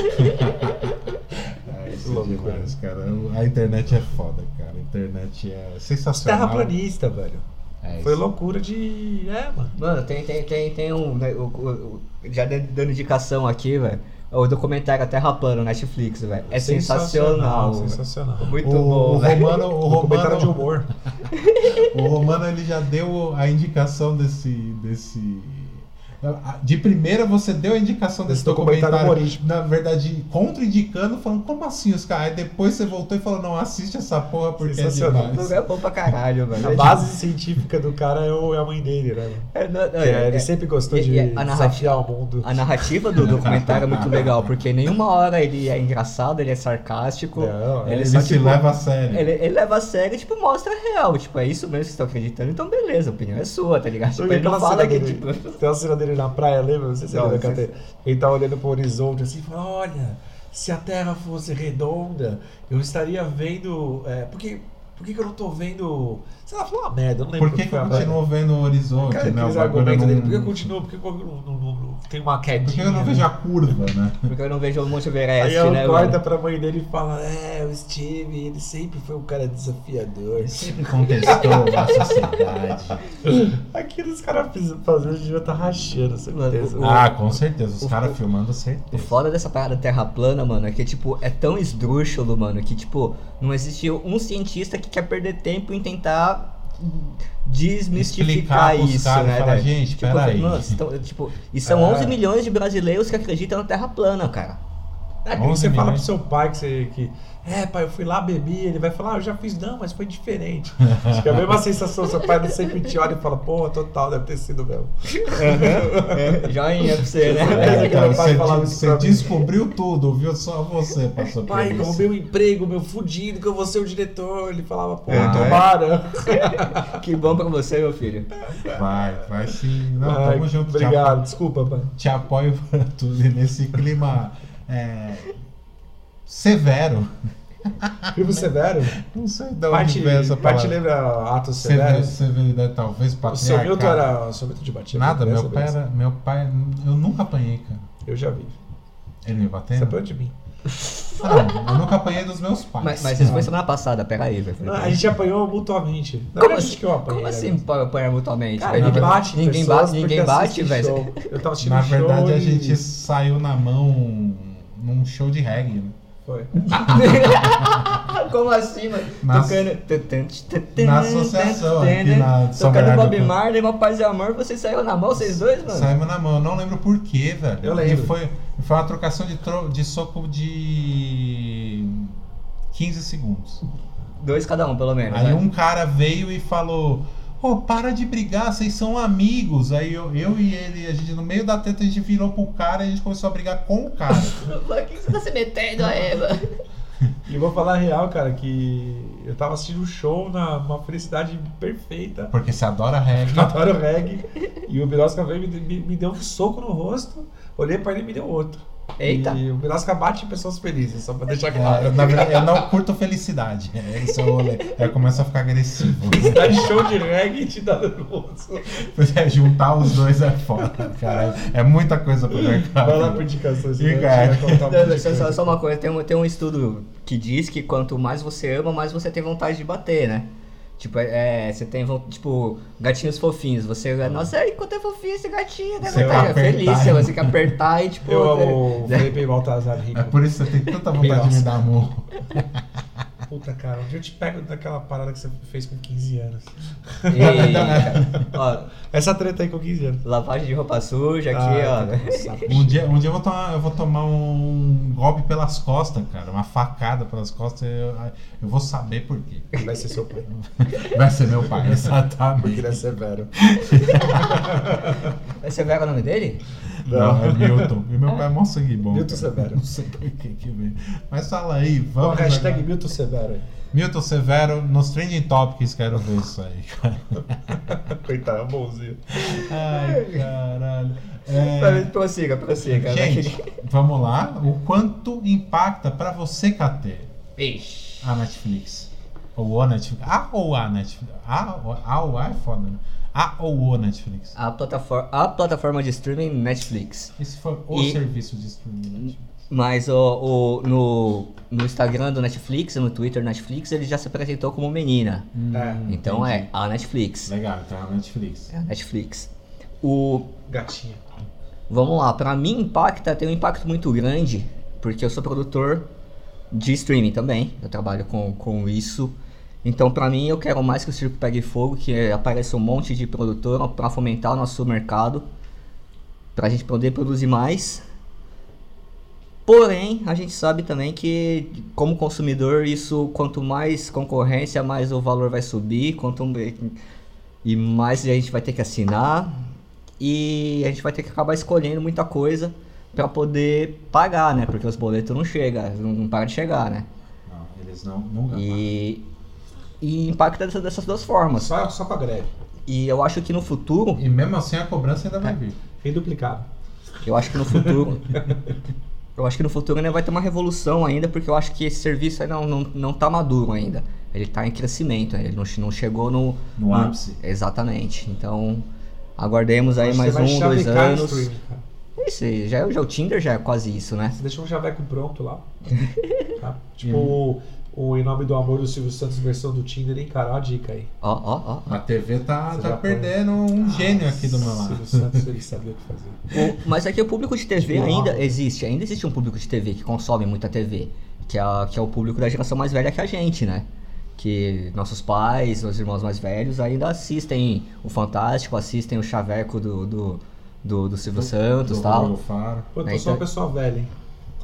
É, isso é Loucura. demais, cara. A internet é foda, cara. A internet é sensacional. Terraplanista, velho. É, Foi isso. loucura de. É, mano. Mano, tem, tem, tem, tem um. né, o- o- o- já dando dando indicação aqui, velho. O documentário A Terra Plana, Netflix, velho. É sensacional. velho. Sensacional. Muito O, bom, o velho. Romano, o Documentário de Romano, humor. o Romano ele já deu a indicação desse, desse. De primeira você deu a indicação desse Desse documentário documentário, humorístico. na verdade, contraindicando, falando como assim os caras. Aí depois você voltou e falou, não, assiste essa porra porque é Sensacional. O demais. lugar é bom pra caralho, velho. A É base científica do cara é, o, é a mãe dele, né? mano? É, não, não, Que é, é- ele é- sempre gostou e- de e a narrativa- desafiar o mundo. A narrativa do documentário é muito legal, porque nenhuma hora ele é engraçado, ele é sarcástico. Não, ele, Ele só, se tipo, leva a sério. Ele, ele leva a sério e, tipo, mostra a real. Tipo, é isso mesmo que vocês estão acreditando, então beleza, a opinião é sua, tá ligado? Tipo, ele não Aquela fala cena que, dele- tipo... Tem uma cena dele na praia, lembra? Não sei se você Não, lembra, não sei Cate. Ele tá olhando pro horizonte assim e fala, olha, se a Terra fosse redonda, eu estaria vendo... É, por que, por que que eu não tô vendo... Sei lá, falou uma merda, eu não lembro Por que, que que eu foi a continuo vendo o horizonte, Cara, né? O aqueles bagulho argumentos não- dele, por que eu continuo? Por que eu não, não- não- não- tem uma quedinha? Por que eu não vejo a curva, né? Porque eu não vejo o Monte Everest, Aí ela né, corta mano? pra mãe dele e fala, é, o Steve, ele sempre foi um cara desafiador. Sempre contestou a sociedade. Aquilo os caras fazendo devia estar rachando, certeza. O- Ah, com certeza. Os o- caras o- filmando O certeza. foda dessa parada terra plana, mano, é que, tipo, é tão esdrúxulo, mano, que, tipo, não existe um cientista que quer perder tempo em tentar desmistificar Explicar pros isso, caras e né, falar, velho? gente, tipo, peraí. mano, então, tipo, e são É. onze milhões de brasileiros que acreditam na terra plana, cara. É que nem onze você fala pro milhões. seu pai que você. Que, é, pai, eu fui lá, bebi, ele vai falar, ah, eu já fiz, não, mas foi diferente. Acho que é a mesma sensação, seu pai não sempre te olha e fala, pô, total, deve ter sido mesmo. É, joinha pra você, né? É, que cara, meu pai você falava isso você pra mim. descobriu tudo, viu? Só você passou por Pai, com o isso. meu emprego, meu fudido, que eu vou ser o diretor. Ele falava, pô, Ah, tomara. Que bom pra você, meu filho. Vai, vai sim. Não, Ai, tamo junto. te Obrigado, apo- desculpa, pai. Te apoio pra tudo e nesse clima é, severo. Primo Severo? Não sei de onde Parte, vem essa parte palavra. lembra Atos Severo, Severos? severidade, talvez, O seu Milton patriarcado. era. O seu Milton de batia? Nada, criança, meu pai beleza? era. Meu pai. Eu nunca apanhei, cara. Eu já vi. Ele me Você batendo? apanhou de mim. Não, eu nunca apanhei dos meus pais. Mas, mas isso foi semana passada, pega aí, velho. Não, a gente apanhou mutuamente. Não Como é assim, que eu apanhei. como né, assim velho? pô, apanhar mutuamente? Cara, velho? ninguém Ninguém- bate em ninguém pessoas bate, ninguém porque bate, assiste velho. show. Eu tava assistindo Na show verdade, a e- gente saiu na mão num show de reggae, né? Foi. Como assim, mano? Na- Tocando. na associação aqui na São Tocando Bernardo Bob do Campo. Marley, uma paz e amor, vocês saíram na mão, vocês dois, mano? Saímos na mão, eu não lembro por quê, velho. Eu lembro. E foi, foi uma trocação de, tro, de soco de quinze segundos. Dois cada um, pelo menos. Aí né? um cara veio e falou: Ô, para de brigar, vocês são amigos. Aí eu, eu e ele, a gente no meio da treta, a gente virou pro cara e a gente começou a brigar com o cara. Por que você tá se metendo aí, mano? E eu vou falar a real, cara, que eu tava assistindo o show na uma felicidade perfeita. Porque você adora reggae. Eu adoro reggae. E o Birosca veio e me, me, me deu um soco no rosto. Olhei pra ele e me deu outro. Eita. E o Birosca bate em pessoas felizes, só pra deixar É, claro. eu, na verdade, eu não curto felicidade. É, esse é o rolê. Aí eu começo a ficar agressivo. Felicidade, show de reggae e te dá no rosto. Pois é, juntar os dois é foda, cara. É muita coisa pro mercado. Vai lá por indicações. E, senão cara? a gente vai contar um monte de Só, só- coisa. só uma coisa, tem um, tem um estudo que diz que quanto mais você ama, mais você tem vontade de bater, né? Tipo, é, você tem, von- tipo, gatinhos fofinhos. Você, nossa, ai, quanto é fofinho esse gatinho, né? Você Cara, quer é feliz, apertar, você quer apertar e, tipo... Eu amo o né? Felipe Baltazar Rico. É por isso que você tem tanta vontade de me dar amor. Puta, cara, onde eu te pego daquela parada que você fez com quinze anos? Eita. Ó, Essa treta aí com quinze anos. lavagem de roupa suja aqui, Ah, ó. tá com saco. Um dia, um dia eu, vou tomar, eu vou tomar um golpe pelas costas, cara. Uma facada pelas costas. Eu, eu vou saber por quê. Vai ser seu pai. Vai ser meu pai, Porque exatamente. ele é severo. Você vê o nome dele? Não, é Milton. E meu pai é mó sangue bom. Milton cara. Severo. Não sei por que que veio. Mas fala aí, Ó, vamos. hashtag agora. Milton Severo aí. Milton Severo nos Trending Topics, quero ver isso aí, cara. Coitado, é um bonzinho. Ai, caralho. Peraí, É, prossiga, prossiga. gente, vamos lá. O quanto impacta pra você, K T, Ixi. a Netflix? Ou a Netflix? A ou a Netflix? A, a ou a é foda, né? A ou o Netflix? A plataforma, a plataforma de streaming Netflix. Esse foi o E- serviço de streaming da Netflix. Mas o, o- no, no Instagram do Netflix, no Twitter do Netflix, ele já se apresentou como menina. É, Então entendi. é a Netflix. Legal, então é a Netflix. É a Netflix. O, gatinha. vamos lá, pra mim impacta, tem um impacto muito grande, porque eu sou produtor de streaming também. Eu trabalho com, com isso. Então pra mim eu quero mais que o circo pegue fogo, que apareça um monte de produtor pra fomentar o nosso mercado, pra gente poder produzir mais. Porém, a gente sabe também que, como consumidor, isso, quanto mais concorrência, mais o valor vai subir, quanto e mais a gente vai ter que assinar, e a gente vai ter que acabar escolhendo muita coisa para poder pagar, né? Porque os boletos não chegam, não, não param de chegar, né? Não, eles não, nunca E, e impacta dessa- dessas duas formas. Só, só com a greve. E eu acho que no futuro, E mesmo assim a cobrança ainda vai vir. Bem duplicado. eu acho que no futuro, eu acho que no futuro ainda vai ter uma revolução ainda, porque eu acho que esse serviço ainda não, não, não tá maduro ainda. Ele tá em crescimento, ele não, não chegou no... No ápice. Exatamente. Então, aguardemos aí Acho que mais você vai um, dois chavecar anos. streaming, cara. Isso aí, já, é- já o Tinder já é quase isso, né? Você deixou um chaveco pronto lá. Tá? Tipo o, o Em Nome do Amor do Silvio Santos, versão do Tinder, hein, cara? Ó a dica aí. Ó, ó, ó. A T V tá, Você tá já perdendo um gênio aqui do meu lado. Silvio Santos, ele sabia o que fazer. O- mas aqui o público de T V Tipo, ainda ó. existe, ainda existe um público de T V que consome muita T V, que é, a- que é o público da geração mais velha que a gente, né? Que nossos pais, os irmãos mais velhos ainda assistem o Fantástico, assistem o Chaveco do, do, do, do Silvio Santos e Do tal. Rodrigo Faro. Pô, eu tô É, só uma então- pessoa velha, hein?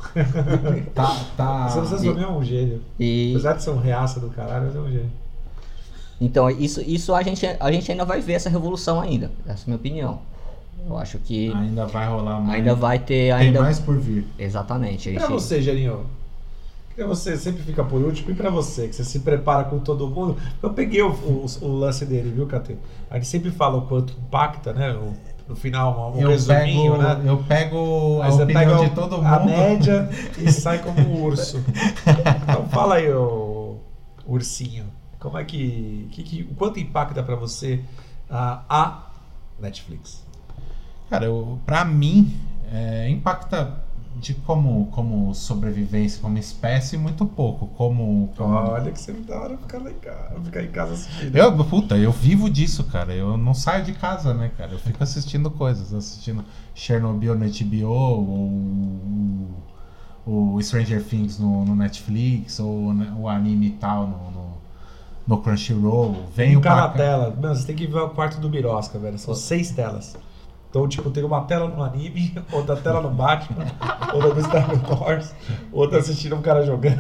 Tá, tá. Você Santos também é um gênio. E, Apesar de ser um reaça do caralho, mas é um gênio. então, isso, isso a, gente, a gente ainda vai ver essa revolução ainda. Essa é a minha opinião. Eu acho que Ainda vai rolar mais. ainda vai ter. Tem Ainda... mais por vir. Exatamente. A E pra gente... você, Gerinho? Porque você sempre fica por último, e pra você, que você se prepara com todo mundo. Eu peguei o, o, o lance dele, viu, Catê? A gente sempre fala o quanto impacta, né? O, no final, um Eu resuminho, pego, né? eu pego a Aí você opinião pega de todo mundo. a média e sai como um urso. Então fala aí, ô, ursinho. Como é que, que, que. O quanto impacta pra você a, a Netflix? Cara, eu, pra mim, é, impacta de como, como sobrevivência, como espécie, muito pouco. Como. como... Olha que você me dá hora de ficar lá em casa, ficar em casa assistindo. Eu, puta, eu vivo disso, cara. Eu não saio de casa, né, cara? Eu fico assistindo coisas, assistindo Chernobyl no H B O, ou o Stranger Things no, no Netflix, ou né, o anime e tal no, no, no Crunchyroll. Venho Ficar pra na cá. tela. Meu, você tem que ver o quarto do Birosca, velho. São seis telas. Então, tipo, tem uma tela no anime, outra tela no Batman, outra no Star Wars, outra assistindo um cara jogando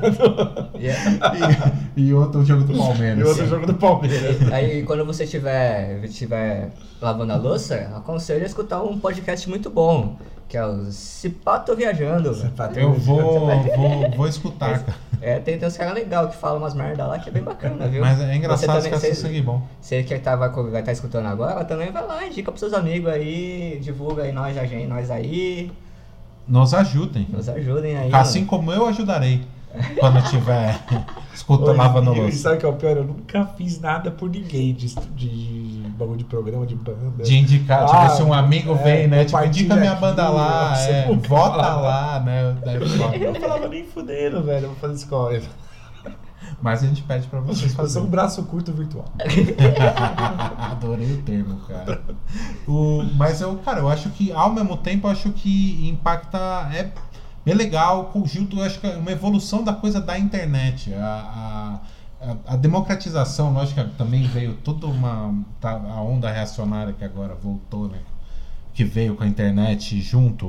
E, e outro jogo do e Palmeiras. outro jogo do Palmeiras. Aí quando você estiver estiver lavando a louça, aconselho a escutar um podcast muito bom, que é o Cipato Viajando. Eu vou, vou, vou escutar, cara. É, tem, tem uns caras legais que falam umas merda lá que é bem bacana, viu? Mas é engraçado Você que também- essa sangue bom. Você que tá, vai vai estar escutando agora, também vai lá, indica pros seus amigos aí, divulga aí nós, a gente, nós aí, Nos ajudem. nos ajudem aí. Assim mano. como eu ajudarei. Quando eu estiver escutando, Oi, lavando e- e louça. sabe o que é o pior? Eu nunca fiz nada por ninguém de, de bagulho de programa, de banda. De indicar, tipo, Ah, se um amigo é, vem, né? Tipo, compartilha indica minha aqui, banda lá, você é, nunca vota falava. lá, né? Daí, Eu foda. não falava nem fudendo, velho. Eu vou fazer escola. Mas a gente pede pra vocês Eu sou um fazerem. braço curto virtual. Adorei o termo, cara. O, mas eu, cara, eu acho que ao mesmo tempo eu acho que impacta. É, bem legal, conjunto, eu acho que é uma evolução da coisa da internet. A, a, a democratização, lógico que também veio toda uma... Tá, a onda reacionária que agora voltou, né? Que veio com a internet junto.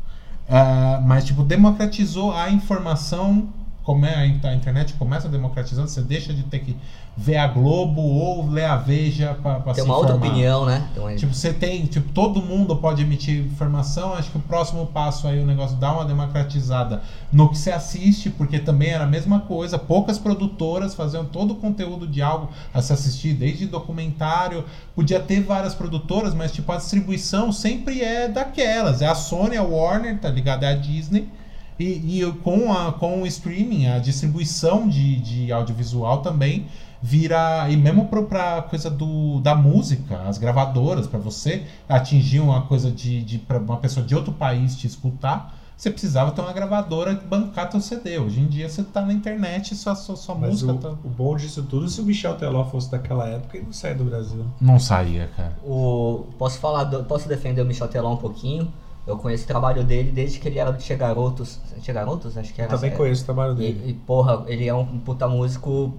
Uh, mas, tipo, democratizou a informação. Como é, a internet começa democratizando, você deixa de ter que ver a Globo ou ler a Veja pra, pra se Tem uma informar. outra opinião, né? Tem uma... Tipo, você tem, tipo, todo mundo pode emitir informação. Acho que o próximo passo aí, o negócio dá uma democratizada no que você assiste, porque também era a mesma coisa. Poucas produtoras faziam todo o conteúdo de algo a se assistir, desde documentário. Podia ter várias produtoras, mas tipo, a distribuição sempre é daquelas. É a Sony, a Warner, tá ligado? É a Disney. E, e com, a, com o streaming, a distribuição de, de audiovisual também vira... E mesmo pra, pra coisa do, da música, as gravadoras, pra você atingir uma coisa de, de pra uma pessoa de outro país te escutar, você precisava ter uma gravadora que bancar teu C D. Hoje em dia você tá na internet e sua, sua, sua Mas música o, tá... o bom disso tudo, se o Michel Teló fosse daquela época, ele não saia do Brasil. Não saía, cara. O, posso falar, do, posso defender o Michel Teló um pouquinho. Eu conheço o trabalho dele desde que ele era do Tia Garotos. Tia Garotos? Acho que era. Eu também é, conheço o trabalho dele. E, e, porra, ele é um puta músico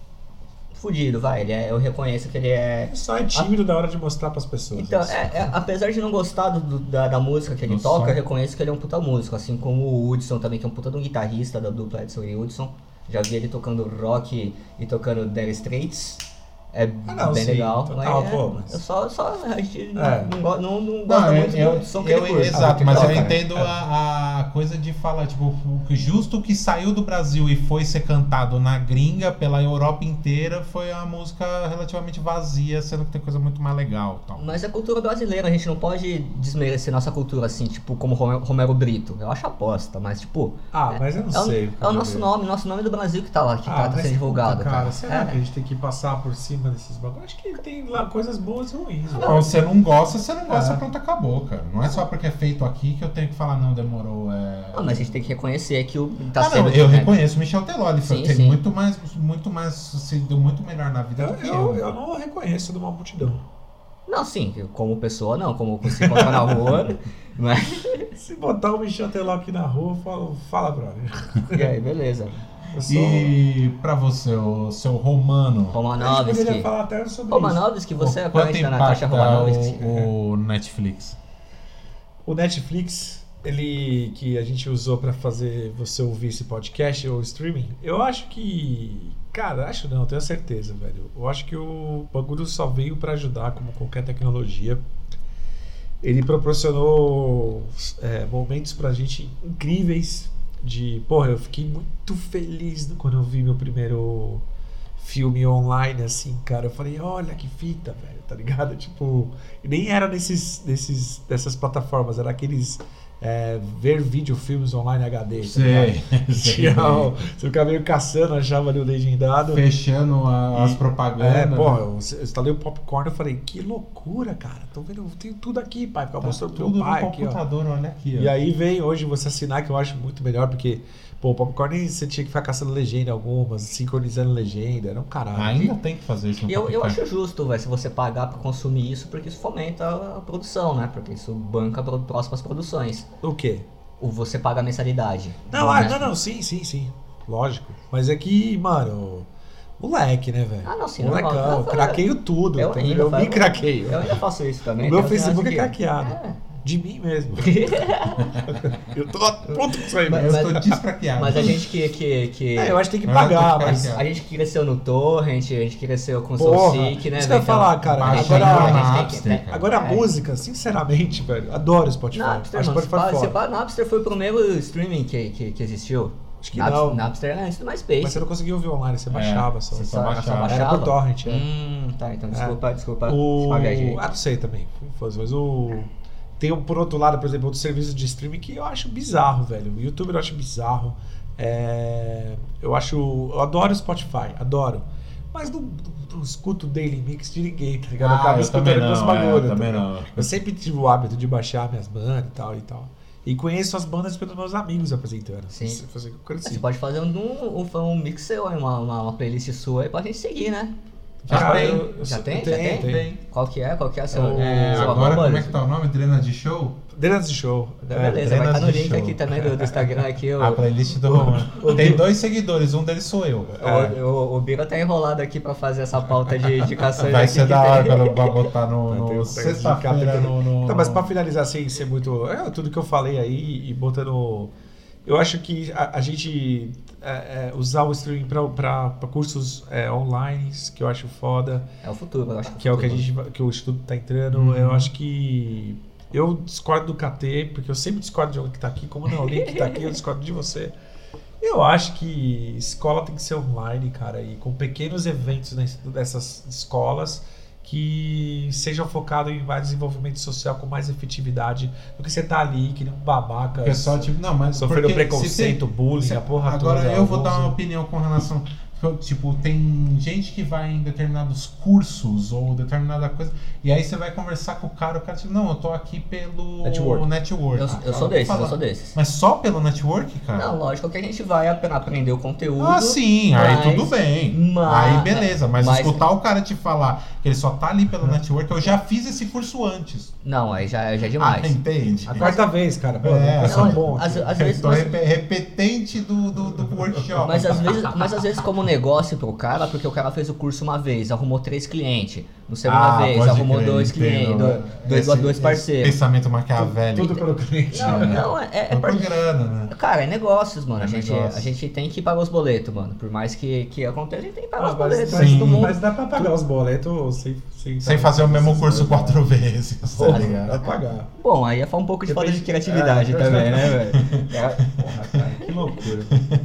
fudido, vai. Ele é, eu reconheço que ele é... Ele só é tímido na hora de mostrar pras pessoas. Então, isso. é, é, apesar de não gostar do, da, da música que ele Do toca, som. eu reconheço que ele é um puta músico. Assim como o Hudson também, que é um puta de um guitarrista da dupla Edson e Hudson. Já vi ele tocando rock e tocando Dire Straits. É Ah, não, bem sim, legal. total, mas, pô, é, mas- eu só, só a gente É. não, go- não, não Não, gosta eu, muito eu, do som que eu- ele curte. exato, Ah, mas eu toca, né? entendo a, a coisa de falar, tipo, o que justo o que saiu do Brasil e foi ser cantado na gringa pela Europa inteira foi uma música relativamente vazia, sendo que tem coisa muito mais legal. Tal. Mas é cultura brasileira, a gente não pode desmerecer nossa cultura assim, tipo, como Romero, Romero Brito. Eu acho aposta, mas tipo. Ah, mas eu não é, o- sei. É o nosso nome, nosso nome do Brasil que tá lá, que Ah, tá, tá mas sendo divulgado, puta, cara. Será É. que a gente tem que passar por cima desses bagulhos? Acho que tem lá coisas boas e ruins. velho. Não, você não gosta, você não gosta, É. pronto, acabou, cara. Não é só porque é feito aqui que eu tenho que falar, não, demorou. É... Ah, mas a gente tem que reconhecer que o tá Ah, sendo. não, eu né? reconheço o Michel Teló, ele foi- Sim, tem sim. muito mais, muito mais, se deu muito melhor na vida Eu, do que eu, eu. eu não reconheço de uma multidão. Não, sim, como pessoa não, como se encontrar na rua. Mas. Se botar o Michel Teló aqui na rua, eu falo, fala, brother. E aí, beleza. Eu sou... E pra você, o seu Romano, A gente poderia Romanovski. falar até sobre Romanovski, você é quanto parente da Natasha impacta Romanovski. o, o Netflix? isso. O Netflix, ele que a gente usou pra fazer você ouvir esse podcast ou streaming, eu acho que... Cara, acho não, tenho certeza, velho. Eu acho que o bagulho só veio pra ajudar, como qualquer tecnologia. Ele proporcionou é, momentos pra gente incríveis de... Porra, eu fiquei muito feliz quando eu vi meu primeiro filme online, assim, cara. Eu falei, olha que fita, velho, tá ligado? Tipo, nem era nesses, nesses, dessas plataformas, era aqueles... É, ver vídeo filmes online H D. tá Sei, ligado? sei. Tinha o- Você ficava meio caçando, achava ali o legendado. Fechando a- as E- propagandas. É, porra, eu instalei o popcorn e falei, que loucura, cara. Tô vendo, eu tenho tudo aqui, pai. Ficava Tá mostrando pro tudo meu pai no aqui, ó. computador, olha aqui, ó. E aí vem hoje você assinar, que eu acho muito melhor, porque, pô, o popcorn você tinha que ficar caçando legenda algumas, sincronizando legenda, era um caralho. Ainda tem que fazer isso no E eu, eu Popcorn. acho justo, véio, se você pagar pra consumir isso, porque isso fomenta a produção, né? Porque isso banca para próximas produções. O quê? Ou você paga a mensalidade. Não, ah, né? não, não, sim, sim, sim. Lógico. Mas é que, mano, moleque, né, velho? Ah, não, sim, Molecão, normal. Eu- craqueio tudo. Eu tá ainda ligado? Eu faço- me craqueio. Eu ainda faço isso também. O meu então, assim, Facebook acho é que- craqueado. É. De mim mesmo. eu tô puto com isso aí, Mas- mesmo. Eu estou descraqueado. Mas a gente que. que, que... É, eu acho que tem que Eu pagar, tô mas... craqueado. A gente que cresceu no Torrent, a gente que cresceu com o Porra, Soulseek, né? isso que eu ia então- falar, cara. a gente- Agora- a gente na tem Napster, que- né? cara. Agora a É. música, sinceramente, velho, adoro Spotify. Napster, acho mano, Spotify se pá- se foda. pá, Napster foi o primeiro streaming que, que, que existiu. Acho que Napster, não. Napster era antes do MySpace. Mas você não conseguia ouvir online, você baixava só. você Só- só só baixava. baixava. Era por torrent, é. Hum, tá, então desculpa, desculpa. O... Uma viagem. Ah, não sei também. Foda-se, Mas o... Tem, um, por outro lado, por exemplo, outros serviços de streaming que eu acho bizarro, velho. O YouTube eu acho bizarro. É... Eu acho... Eu adoro o Spotify, adoro. Mas não, não, não escuto o Daily Mix de ninguém, tá ligado? Ah, acabo eu escutando também meus não, bagulho, é, eu tá também ligado? não. Eu sempre tive o hábito de baixar minhas bandas e tal e tal. E conheço as bandas pelos meus amigos apresentando. Sim. Isso foi assim que eu cresci. Você pode fazer um, um, um mix seu, aí, uma, uma, uma playlist sua aí pra gente seguir, né? Já Cara, tem. eu- eu Já sou- tem? Já tem, tem? tem. Qual que é? Qual que é a seu, É, seu agora, arroba? como é que tá o nome? Drena de Show? Drenas de show. Beleza, vai Drenas estar no de link show. aqui também do, do Instagram. Aqui, eu, A playlist do Roman. Tem dois seguidores, um deles sou eu. o, o, o Bira tá enrolado aqui pra fazer essa pauta de indicações. Vai aqui ser que da tem. hora quando eu vou botar no, Vai ter no um sexta-feira no, no... Tá, mas pra finalizar sem ser muito. É, tudo que eu falei aí e botando. Eu acho que a, a gente é, é, usar o streaming pra, pra, pra cursos é, online, que eu acho foda, É o futuro, eu acho. que é o que a futuro. gente vai- que o Instituto tá entrando. Uhum. Eu acho que. Eu discordo do K T, porque eu sempre discordo de alguém que tá aqui. Como não, o Link tá aqui, eu discordo de você. Eu acho que escola tem que ser online, cara, e com pequenos eventos nes- dessas escolas que sejam focados em mais desenvolvimento social com mais efetividade do que você tá ali, que nem um babaca. O pessoal, tipo, não, mas Sofrendo porque preconceito, se tem- bullying, se- a porra Agora toda. eu vou dar alguns- uma opinião com relação. Tipo, tem gente que vai em determinados cursos ou determinada coisa, e aí você vai conversar com o cara, o cara tipo, não, eu tô aqui pelo Network. network. Eu, Ah, eu cara, sou desses, fala. eu sou desses. Mas só pelo network, cara? Não, lógico que a gente vai ap- aprender o conteúdo. Ah, sim, aí mas- tudo bem. mas- aí beleza, mas, mas- escutar o cara te falar que ele só tá ali pelo network, eu já fiz esse curso antes. Não, aí já, já é demais. Ah, entende? A quarta vez, cara. Pô, É, é, são não, bom. às, às Eu vezes, tô mas, rep- repetente do, do, do workshop. mas às vezes, mas às vezes como negócio pro cara, porque o cara fez o curso uma vez, arrumou três clientes, no segunda Ah, vez, pode arrumou crer, dois entendo, clientes, né? dois, dois, Esse- dois esse parceiros. Pensamento maquiavélico. Tudo pelo cliente. Não, não, é, é, é Não par- por grana, né? Cara, é negócios, mano. É a, gente, negócio. a gente tem que pagar os boletos, mano. Por mais que, que aconteça, a gente tem que pagar Ah, os mas, boletos. mas, Mas sim. todo mundo. mas dá pra pagar os boletos sem... Sem, Sem fazer o mesmo curso quatro vezes, tá Dá ligado? pra pagar. Bom, aí é um pouco de falta de Depende- criatividade é. também, né, velho? É, Porra, cara, que loucura.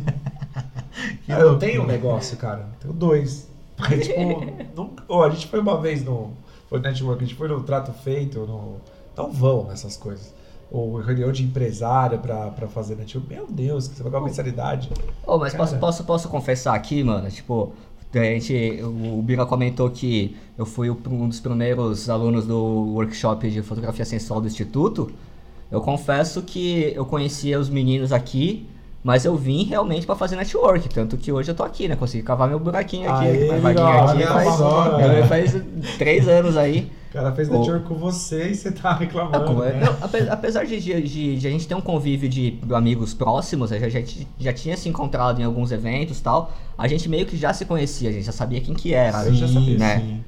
Que Ah, eu loucura. tenho um negócio, cara. Tenho dois. Porque, tipo, não, oh, a gente foi uma vez no... Foi no network, a gente foi no Trato Feito, no... Não vão nessas coisas. Ou reunião de empresário pra, pra fazer network. Meu Deus, que você vai pagar uma mensalidade. Ô, mas Cara. posso, posso, posso confessar aqui, mano? Tipo, a gente, o Bira comentou que eu fui o- um dos primeiros alunos do workshop de fotografia sensual do Instituto. Eu confesso que eu conhecia os meninos aqui, mas eu vim realmente pra fazer network. Tanto que hoje eu tô aqui, né? Consegui cavar meu buraquinho aqui, Aê, minha vaguinha legal, aqui. olha Faz, só, é, faz três anos aí. O cara fez Ô. network com você e você tá reclamando. Não, né? não, ape- apesar de, de, de- de a gente ter um convívio de amigos próximos, a gente já, já tinha se encontrado em alguns eventos e tal, a gente meio que já se conhecia, a gente já sabia quem que era, Eu já sabia, né? sim.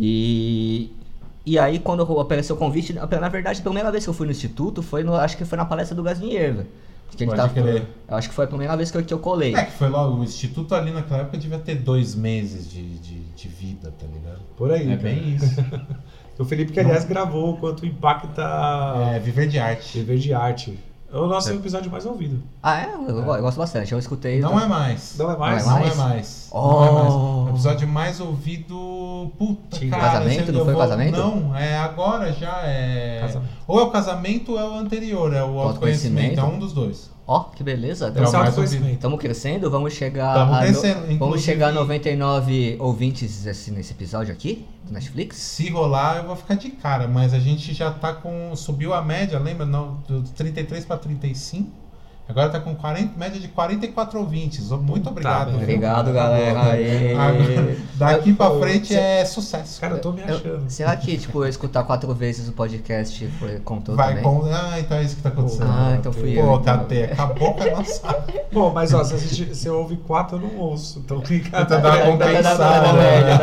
E, e aí quando apareceu o convite, na verdade a primeira vez que eu fui no Instituto foi, no, acho que foi na palestra do Gasnier, que a gente Pode tava, crer. eu acho que foi a primeira vez que eu, que eu colei. É que foi logo, o Instituto ali naquela época devia ter dois meses de, de, de vida, tá ligado? Por aí. É cara. bem isso. O Felipe, que aliás gravou o quanto impacta É, viver de arte. viver de arte. É o nosso episódio mais ouvido. Ah, é? Eu, eu gosto bastante, eu escutei. Não então- é mais. Não é mais? Não mais? é mais. Oh. Não é mais. O episódio mais ouvido. Puta, Tinha cara. casamento? você- Não eu foi vou- casamento? Não, é agora já é. Casamento. Ou é o casamento ou é o anterior, é o autoconhecimento. Autoconhecimento. É um dos dois. Ó, que beleza. É o Esse mais autoconhecimento. Estamos crescendo, vamos chegar Tamo a no- crescendo, vamos inclusive- chegar a noventa e nove ouvintes assim, nesse episódio aqui do Netflix. Se rolar, eu vou ficar de cara, mas a gente já tá com. Subiu a média, lembra? Não, do trinta e três para trinta e cinco. Agora tá com quarenta, média de quarenta e quatro ouvintes. Muito obrigado. merda. viu? Obrigado, galera. Aê. Agora, daqui pra Pô, frente cê- é sucesso. Cara, eu tô me Eu- achando. será que, tipo, eu escutar quatro vezes o podcast foi, contou Vai também? com. Ah, então é isso que tá acontecendo. Ah, então fui eu. Pô, então. K T, acabou com a nossa. Pô, mas ó, se você, você ouve quatro, eu não ouço. Então fica. Tenta dar uma compensada,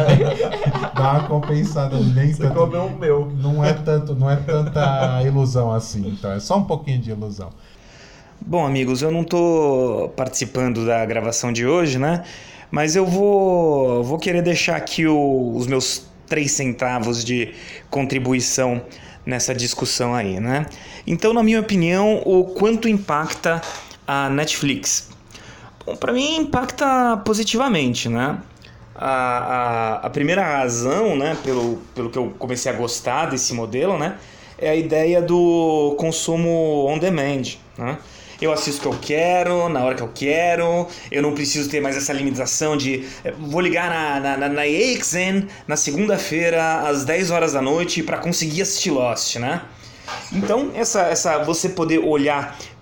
né? Dá uma compensada, nem Você tanto. comeu o meu. Não é tanto, não é tanta ilusão assim, então é só um pouquinho de ilusão. Bom, amigos, eu não tô participando da gravação de hoje, né? Mas eu vou, vou querer deixar aqui o- os meus três centavos de contribuição nessa discussão aí, né? Então, na minha opinião, o quanto impacta a Netflix? Bom, para mim impacta positivamente, né? A, a, a primeira razão, né, pelo, pelo que eu comecei a gostar desse modelo, né, é a ideia do consumo on demand, né? Eu assisto o que eu quero, na hora que eu quero, eu não preciso ter mais essa limitação de eh, vou ligar na, na, na, na A X N na segunda-feira às dez horas da noite para conseguir assistir Lost, né? Então, essa, essa, você poder olhar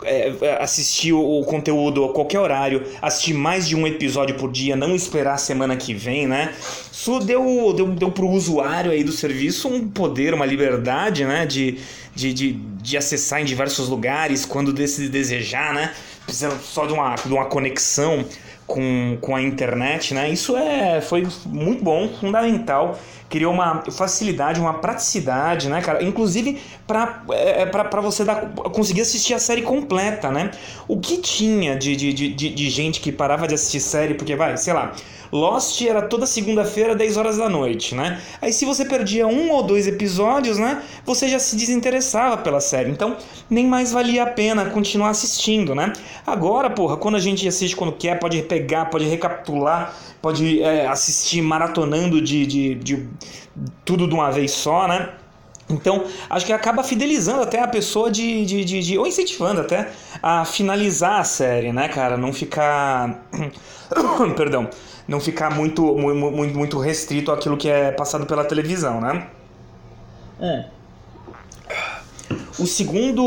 é, assistir o, o conteúdo a qualquer horário, assistir mais de um episódio por dia, não esperar a semana que vem, né? Isso deu, deu, deu pro usuário aí do serviço um poder, uma liberdade, né? De, de, de, de acessar em diversos lugares quando desejar, né? Precisando só de uma, de uma conexão com, com a internet, né? Isso é, foi muito bom, fundamental. Criou uma facilidade, uma praticidade, né, cara? Inclusive para é, para você dar, conseguir assistir a série completa, né? O que tinha de, de, de, de gente que parava de assistir série porque, vai, sei lá, Lost era toda segunda-feira, dez horas da noite, né? Aí se você perdia um ou dois episódios, né, você já se desinteressava pela série. Então, nem mais valia a pena continuar assistindo, né? Agora, porra, quando a gente assiste quando quer, pode pegar, pode recapitular, pode é, assistir maratonando de, de, de tudo de uma vez só, né? Então, acho que acaba fidelizando até a pessoa de, de, de, de... ou incentivando até a finalizar a série, né, cara? Não ficar... Perdão. Não ficar muito, muito, muito restrito àquilo que é passado pela televisão, né? É. O segundo...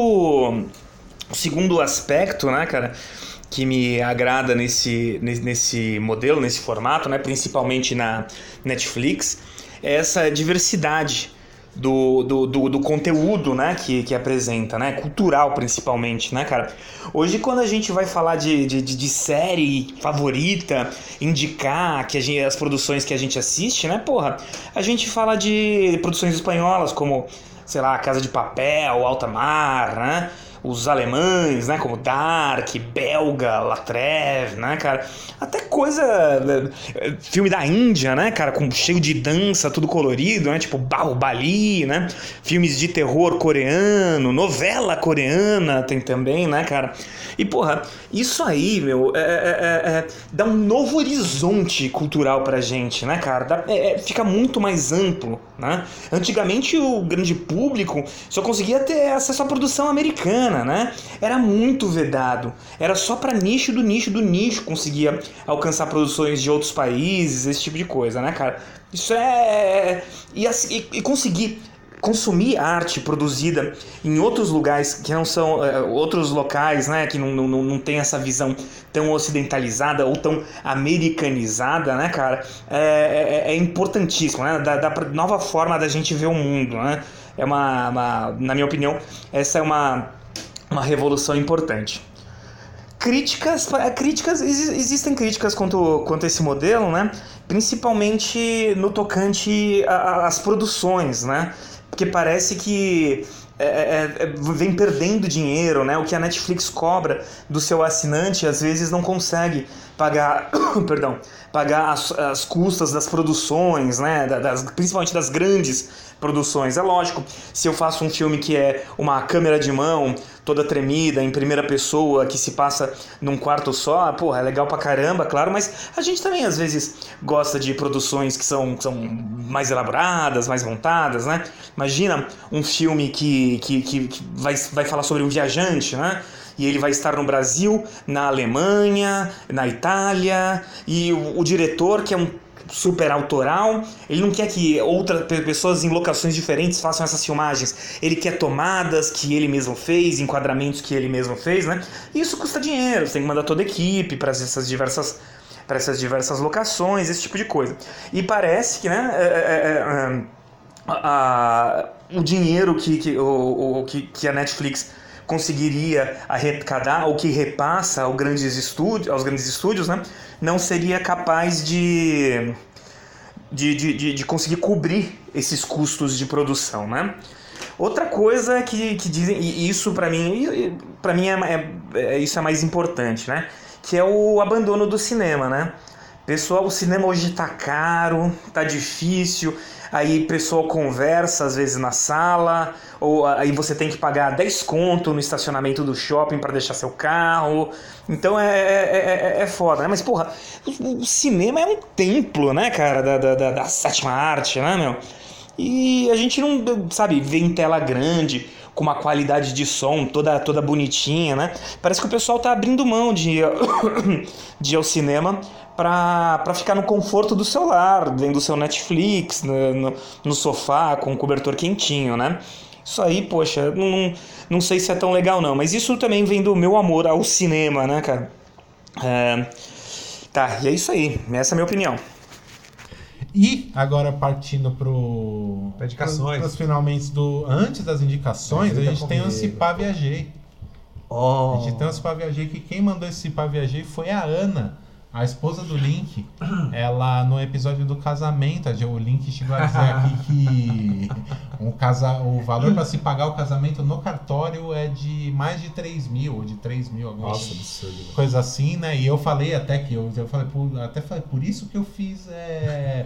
O segundo aspecto, né, cara, que me agrada nesse, nesse modelo, nesse formato, né, principalmente na Netflix, é essa diversidade do, do, do, do conteúdo, né, que, que apresenta, né, cultural principalmente, né, cara. Hoje, quando a gente vai falar de, de, de série favorita, indicar que a gente, as produções que a gente assiste, né, porra, a gente fala de produções espanholas como, sei lá, Casa de Papel, Alta Mar, né, os alemães, né, como Dark, belga, La Trêve, né, cara, até coisa, filme da Índia, né, cara, com, cheio de dança, tudo colorido, né, tipo Bahubali, né, filmes de terror coreano, novela coreana tem também, né, cara, e porra, isso aí, meu, é, é, é, dá um novo horizonte cultural pra gente, né, cara, dá, é, fica muito mais amplo, né, antigamente o grande público só conseguia ter acesso à produção americana, né? Era muito vedado, era só para nicho do nicho do nicho conseguia alcançar produções de outros países, esse tipo de coisa, né, cara? Isso é... E, e, e conseguir consumir arte produzida em outros lugares que não são é, outros locais, né, que não, não, não tem essa visão tão ocidentalizada ou tão americanizada, né, cara, é, é, é importantíssimo, né, dá, dá pra, nova forma da gente ver o mundo, né, é uma, uma, na minha opinião, essa é uma uma revolução importante. Críticas, críticas existem críticas quanto, quanto a esse modelo, né? Principalmente no tocante às produções, né? Porque parece que é, é, vem perdendo dinheiro, né? O que a Netflix cobra do seu assinante às vezes não consegue pagar, perdão, pagar as, as custas das produções, né? Das, principalmente das grandes produções. É lógico, se eu faço um filme que é uma câmera de mão toda tremida, em primeira pessoa, que se passa num quarto só, porra, é legal pra caramba, claro, mas a gente também às vezes gosta de produções que são, que são mais elaboradas, mais montadas, né? Imagina um filme que, que, que, que vai, vai falar sobre um viajante, né? E ele vai estar no Brasil, na Alemanha, na Itália, e o, o diretor, que é um super autoral, ele não quer que outras pessoas em locações diferentes façam essas filmagens, ele quer tomadas que ele mesmo fez, enquadramentos que ele mesmo fez, né? E isso custa dinheiro, você tem que mandar toda a equipe para essas diversas para essas diversas locações, esse tipo de coisa. E parece que, né, é, é, é, a, a, o dinheiro que, que, o, o, que, que a Netflix conseguiria arrecadar, ou que repassa aos grandes estúdios, aos grandes estúdios, né, não seria capaz de, de, de, de conseguir cobrir esses custos de produção, né? Outra coisa que, que dizem, e isso para mim, para mim é, é, é, isso é mais importante, né? Que é o abandono do cinema, né? Pessoal, o cinema hoje tá caro, tá difícil, aí o pessoal conversa às vezes na sala, ou aí você tem que pagar dez conto no estacionamento do shopping para deixar seu carro, então é, é, é, é foda, né? Mas porra, o cinema é um templo, né, cara, da, da, da sétima arte, né, meu? E a gente não, sabe, vê em tela grande, com uma qualidade de som toda, toda bonitinha, né? Parece que o pessoal tá abrindo mão de, de ir ao cinema pra, pra ficar no conforto do seu lar, vendo o seu Netflix, no, no, no sofá, com o cobertor quentinho, né? Isso aí, poxa, não, não sei se é tão legal não, mas isso também vem do meu amor ao cinema, né, cara? É... Tá, e é isso aí, essa é a minha opinião. E agora partindo pro... Pra indicações. Pros finalmente do... Antes das indicações, a gente tem o Cipá Viajei. Oh. A gente tem o Cipá Viajei, que quem mandou esse Cipá Viajei foi a Ana, a esposa do Link. Ela, no episódio do casamento, o Link chegou a dizer aqui que um casa, o valor para se pagar o casamento no cartório é de mais de três mil, ou de três mil, alguma Nossa, absurdo. Coisa assim, né? E eu falei até que eu, eu falei, por, até falei, por isso que eu fiz. É.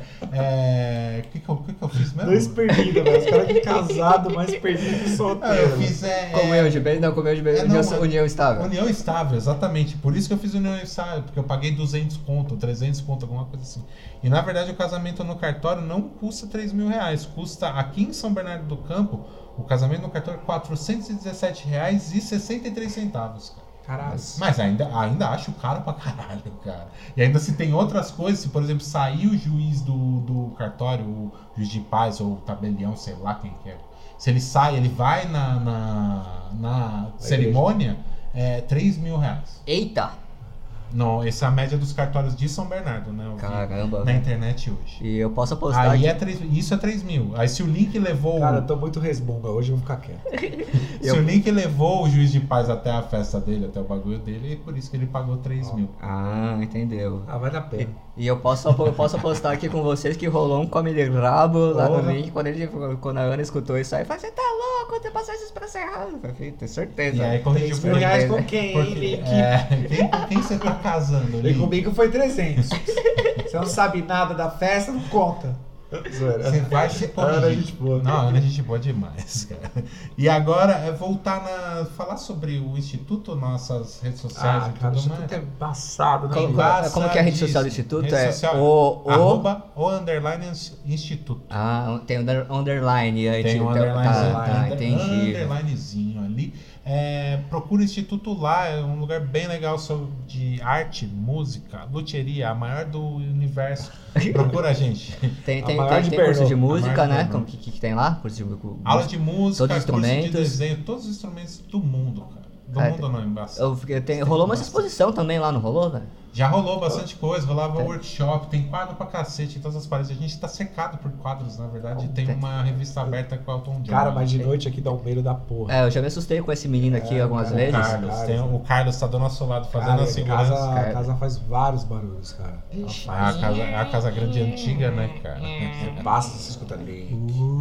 é que que eu, que que eu fiz mesmo? Dois perdidos, velho. Os caras de casado, mais perdido que solteiro. Ah, eu fiz. É, Comunhão de bem? Não, comunhão de bem. É, União, não, união estável. União estável, exatamente. Por isso que eu fiz união estável, porque eu paguei duzentos conto, trezentos conto, alguma coisa assim. E na verdade o casamento no cartório não custa três mil reais, custa aqui em São Bernardo do Campo, o casamento no cartório é quatrocentos e dezessete reais e sessenta e três centavos, cara. Caralho. Mas ainda, ainda acho caro pra caralho, cara. E ainda se tem outras coisas, se por exemplo sair o juiz do, do cartório, o juiz de paz ou o tabelião, sei lá quem que é. Se ele sai, ele vai na, na, na cerimônia, é três mil reais. Eita! Não, essa é a média dos cartórios de São Bernardo, né? Eu vi Caramba, na velho. internet hoje. E eu posso apostar Aí que... é três, isso é três mil. Aí se o Link levou. Cara, eu tô muito resmunga. Hoje eu vou ficar quieto. Se eu- o Link levou o juiz de paz até a festa dele, até o bagulho dele, é por isso que ele pagou três mil. Ah, entendeu. Ah, vai dar pena. E eu posso, eu posso apostar aqui com vocês que rolou um come de rabo lá no Porra. link quando, ele, quando a Ana escutou isso aí. Falei, você tá louco, você passou esses preços errados. Eu falei, tenho certeza. E aí corrigiu três pra mil ele. reais né? com quem, hein, Porque, Link? é, quem, com quem você tá casando, E Link? comigo foi trezentos. Você não sabe nada da festa, não conta. Zoeira. Você vai se corrigir. Ana é gente boa. Não, Ana é gente boa demais, cara. E agora é voltar na... falar sobre o Instituto, nossas redes sociais Ah, e cara, tudo isso mais. tudo é embaçado, né? Como- Link? como- como que é a rede Disso. social do Instituto? Rede É social, o- o- arroba o underline instituto. Ah, tem under, underline aí. Tem tipo, um underlinezinho, Tá, tá, under- entendi. underlinezinho ali. É, procura o Instituto lá, é um lugar bem legal sobre, de arte, música, luthieria, a maior do universo. Procura a gente. Tem, A tem, maior tem, de tem curso Pernambuco. de A música, maior de né? Pernambuco. Como que, que tem lá? Curso de, Aula de música, Todos os curso de instrumentos. desenho, todos os instrumentos do mundo, cara. Do É, mundo não, embaçado. Eu, fiquei- tem, rolou uma exposição também lá, não rolou, velho? Já rolou bastante coisa, rolava Tem. workshop, tem quadro pra cacete em todas as paredes. A gente tá secado por quadros, na verdade. Tem Tem. uma revista aberta com o Elton John. Cara, mas de noite aqui dá um medo da porra. É, eu já me assustei com esse menino aqui É, algumas cara, O vezes. Carlos, Carlos, tem, né? o Carlos tá do nosso lado fazendo Cara, a a segurança. casa, cara. a casa faz vários barulhos, cara. Ela Ah, faz. a casa, é a casa grande e antiga, né, cara? Você passa, você escuta Link.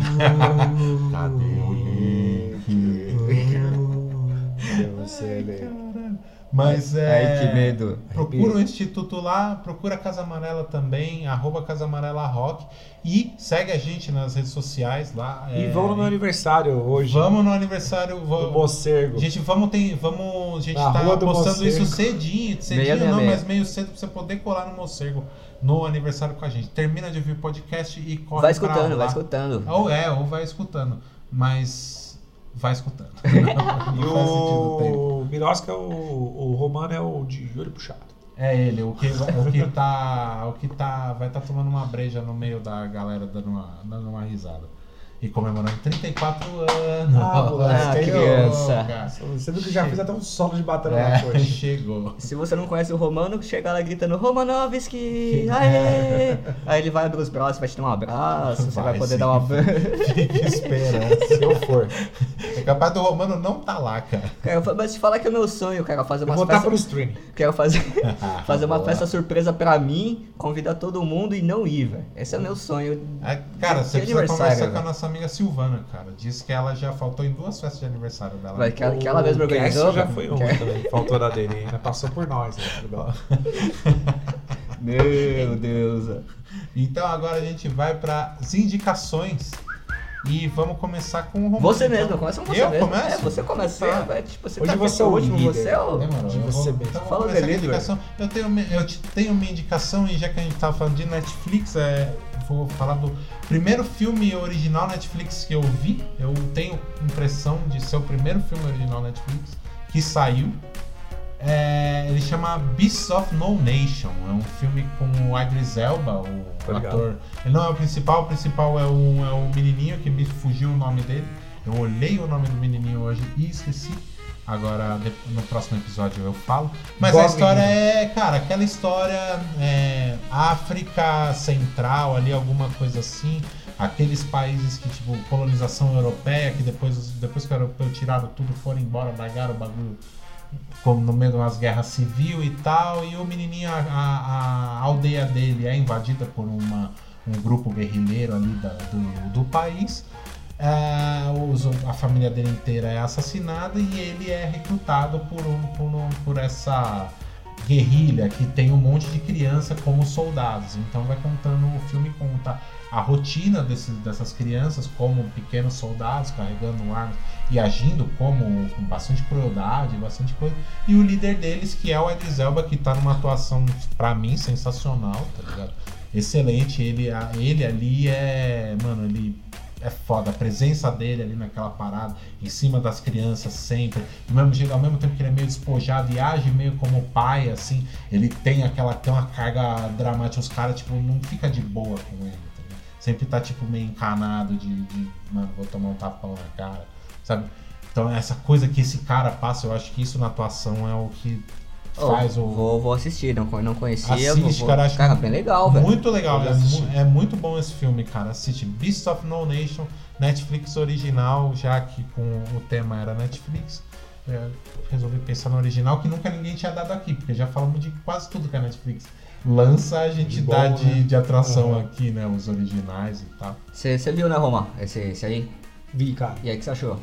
Cadê o Link? Cadê você, Link? Mas é. Ai, que medo. Procura o Instituto lá, procura a Casa Amarela também, arroba Casa Amarela Rock. E segue a gente nas redes sociais lá. E é, vão no meu aniversário hoje. Vamos no aniversário. Do Vamos, Mocergo. gente, vamos, tem, vamos. A gente Na tá Rua do postando isso Mocergo. cedinho. Cedinho Meia, meia, não, meia. mas meio cedo pra você poder colar no Mocergo no aniversário com a gente. Termina de ouvir o podcast e corre Vai pra escutando, lá. vai escutando. Ou é, ou vai escutando. Mas vai escutando. Não, E não faz sentido o tempo. o Mirosca, o, o Romano é o de olho puxado. É ele, o que, o que tá. O que tá. Vai estar tá tomando uma breja no meio da galera dando uma, dando uma risada. E comemorando trinta e quatro anos. Ah, moleque, Ah, aí, ó, criança. cara. Você viu que já fiz até um solo de batalha na É, coxa. chegou. Se você não conhece o Romano, chega lá gritando Romanovski! Que- Aê! Aí ele vai abrir os braços, vai te dar um abraço, você vai Vai poder sim. dar uma. Fique esperando. Se eu for. É capaz do Romano não tá lá, cara. Cara, mas te falar que é meu sonho, cara, fazer Eu umas vou estar pro festas. streaming. Quero fazer, fazer uma Boa. festa surpresa pra mim, convidar todo mundo e não ir, velho. Esse é meu sonho. É, cara, Que você precisa aniversário, conversar com a velho. nossa amiga Silvana, cara. Diz que ela já faltou em duas festas de aniversário dela. Vai, que, ela- que ela mesma O Cassio organizou. já foi uma Que- também. Faltou da dele ainda. Passou por nós. Né? Meu Deus. Então agora a gente vai para as indicações. E vamos começar com o Romano. Você então. mesmo, começa com você Eu mesmo. começo? É, você começa. Tá. Vai, tipo, você Hoje tá você é o último, líder. você é o. Demorou. De Eu você vou- mesmo. Então, Fala vamos começar com a delivery. indicação. Eu tenho, mi- eu te- tenho minha indicação e já que a gente tava falando de Netflix, é, vou falar do primeiro filme original Netflix que eu vi. Eu tenho impressão de ser o primeiro filme original Netflix que saiu. É, ele chama Beasts of No Nation. É um filme com o Idris Elba, o Tô ligado. ator. Ele não é o principal, o principal é o, é o menininho que me fugiu o nome dele. Eu olhei o nome do menininho hoje e esqueci. Agora, no próximo episódio eu falo. Mas Igual a história menino. é, cara, aquela história é, África Central, ali, alguma coisa assim. Aqueles países que, tipo, colonização europeia, que depois, depois que o europeu tiraram tudo, foram embora, largaram o bagulho como no meio de umas guerras civil e tal. E o menininho, a, a, a aldeia dele é invadida por uma, um grupo guerrilheiro ali da, do, do país. É, os, a família dele inteira é assassinada e ele é recrutado por, um, por, um, por essa guerrilha que tem um monte de criança como soldados. Então vai contando, o filme conta a rotina desses, dessas crianças como pequenos soldados carregando armas e agindo como com bastante crueldade, bastante coisa. E o líder deles, que é o Idris Elba, que tá numa atuação pra mim sensacional, tá ligado? Excelente. Ele, ele ali é, mano, ele é foda, a presença dele ali naquela parada, em cima das crianças sempre, do mesmo jeito, ao mesmo tempo que ele é meio despojado e age meio como pai, assim, ele tem aquela, tem uma carga dramática, os caras, tipo, não fica de boa com ele, tá ligado? Sempre tá, tipo, meio encanado de, de, mano, vou tomar um tapão na cara, sabe? Então, essa coisa que esse cara passa, eu acho que isso na atuação é o que faz oh, o... Vou, vou assistir, não, não conhecia. Assiste, vou, cara, acho cara, bem legal, velho. Muito legal, Pode é, assistir. mu- é muito bom esse filme, cara. Assiste Beast of No Nation, Netflix original, já que com o tema era Netflix. É, resolvi pensar no original, que nunca ninguém tinha dado aqui, porque já falamos de quase tudo que a Netflix lança, a gente De dá bom, de, né? de atração Uhum. aqui, né? Os originais e tal. Você viu, né, Roma? Esse, esse aí? Vi, cara. E aí, o que você achou?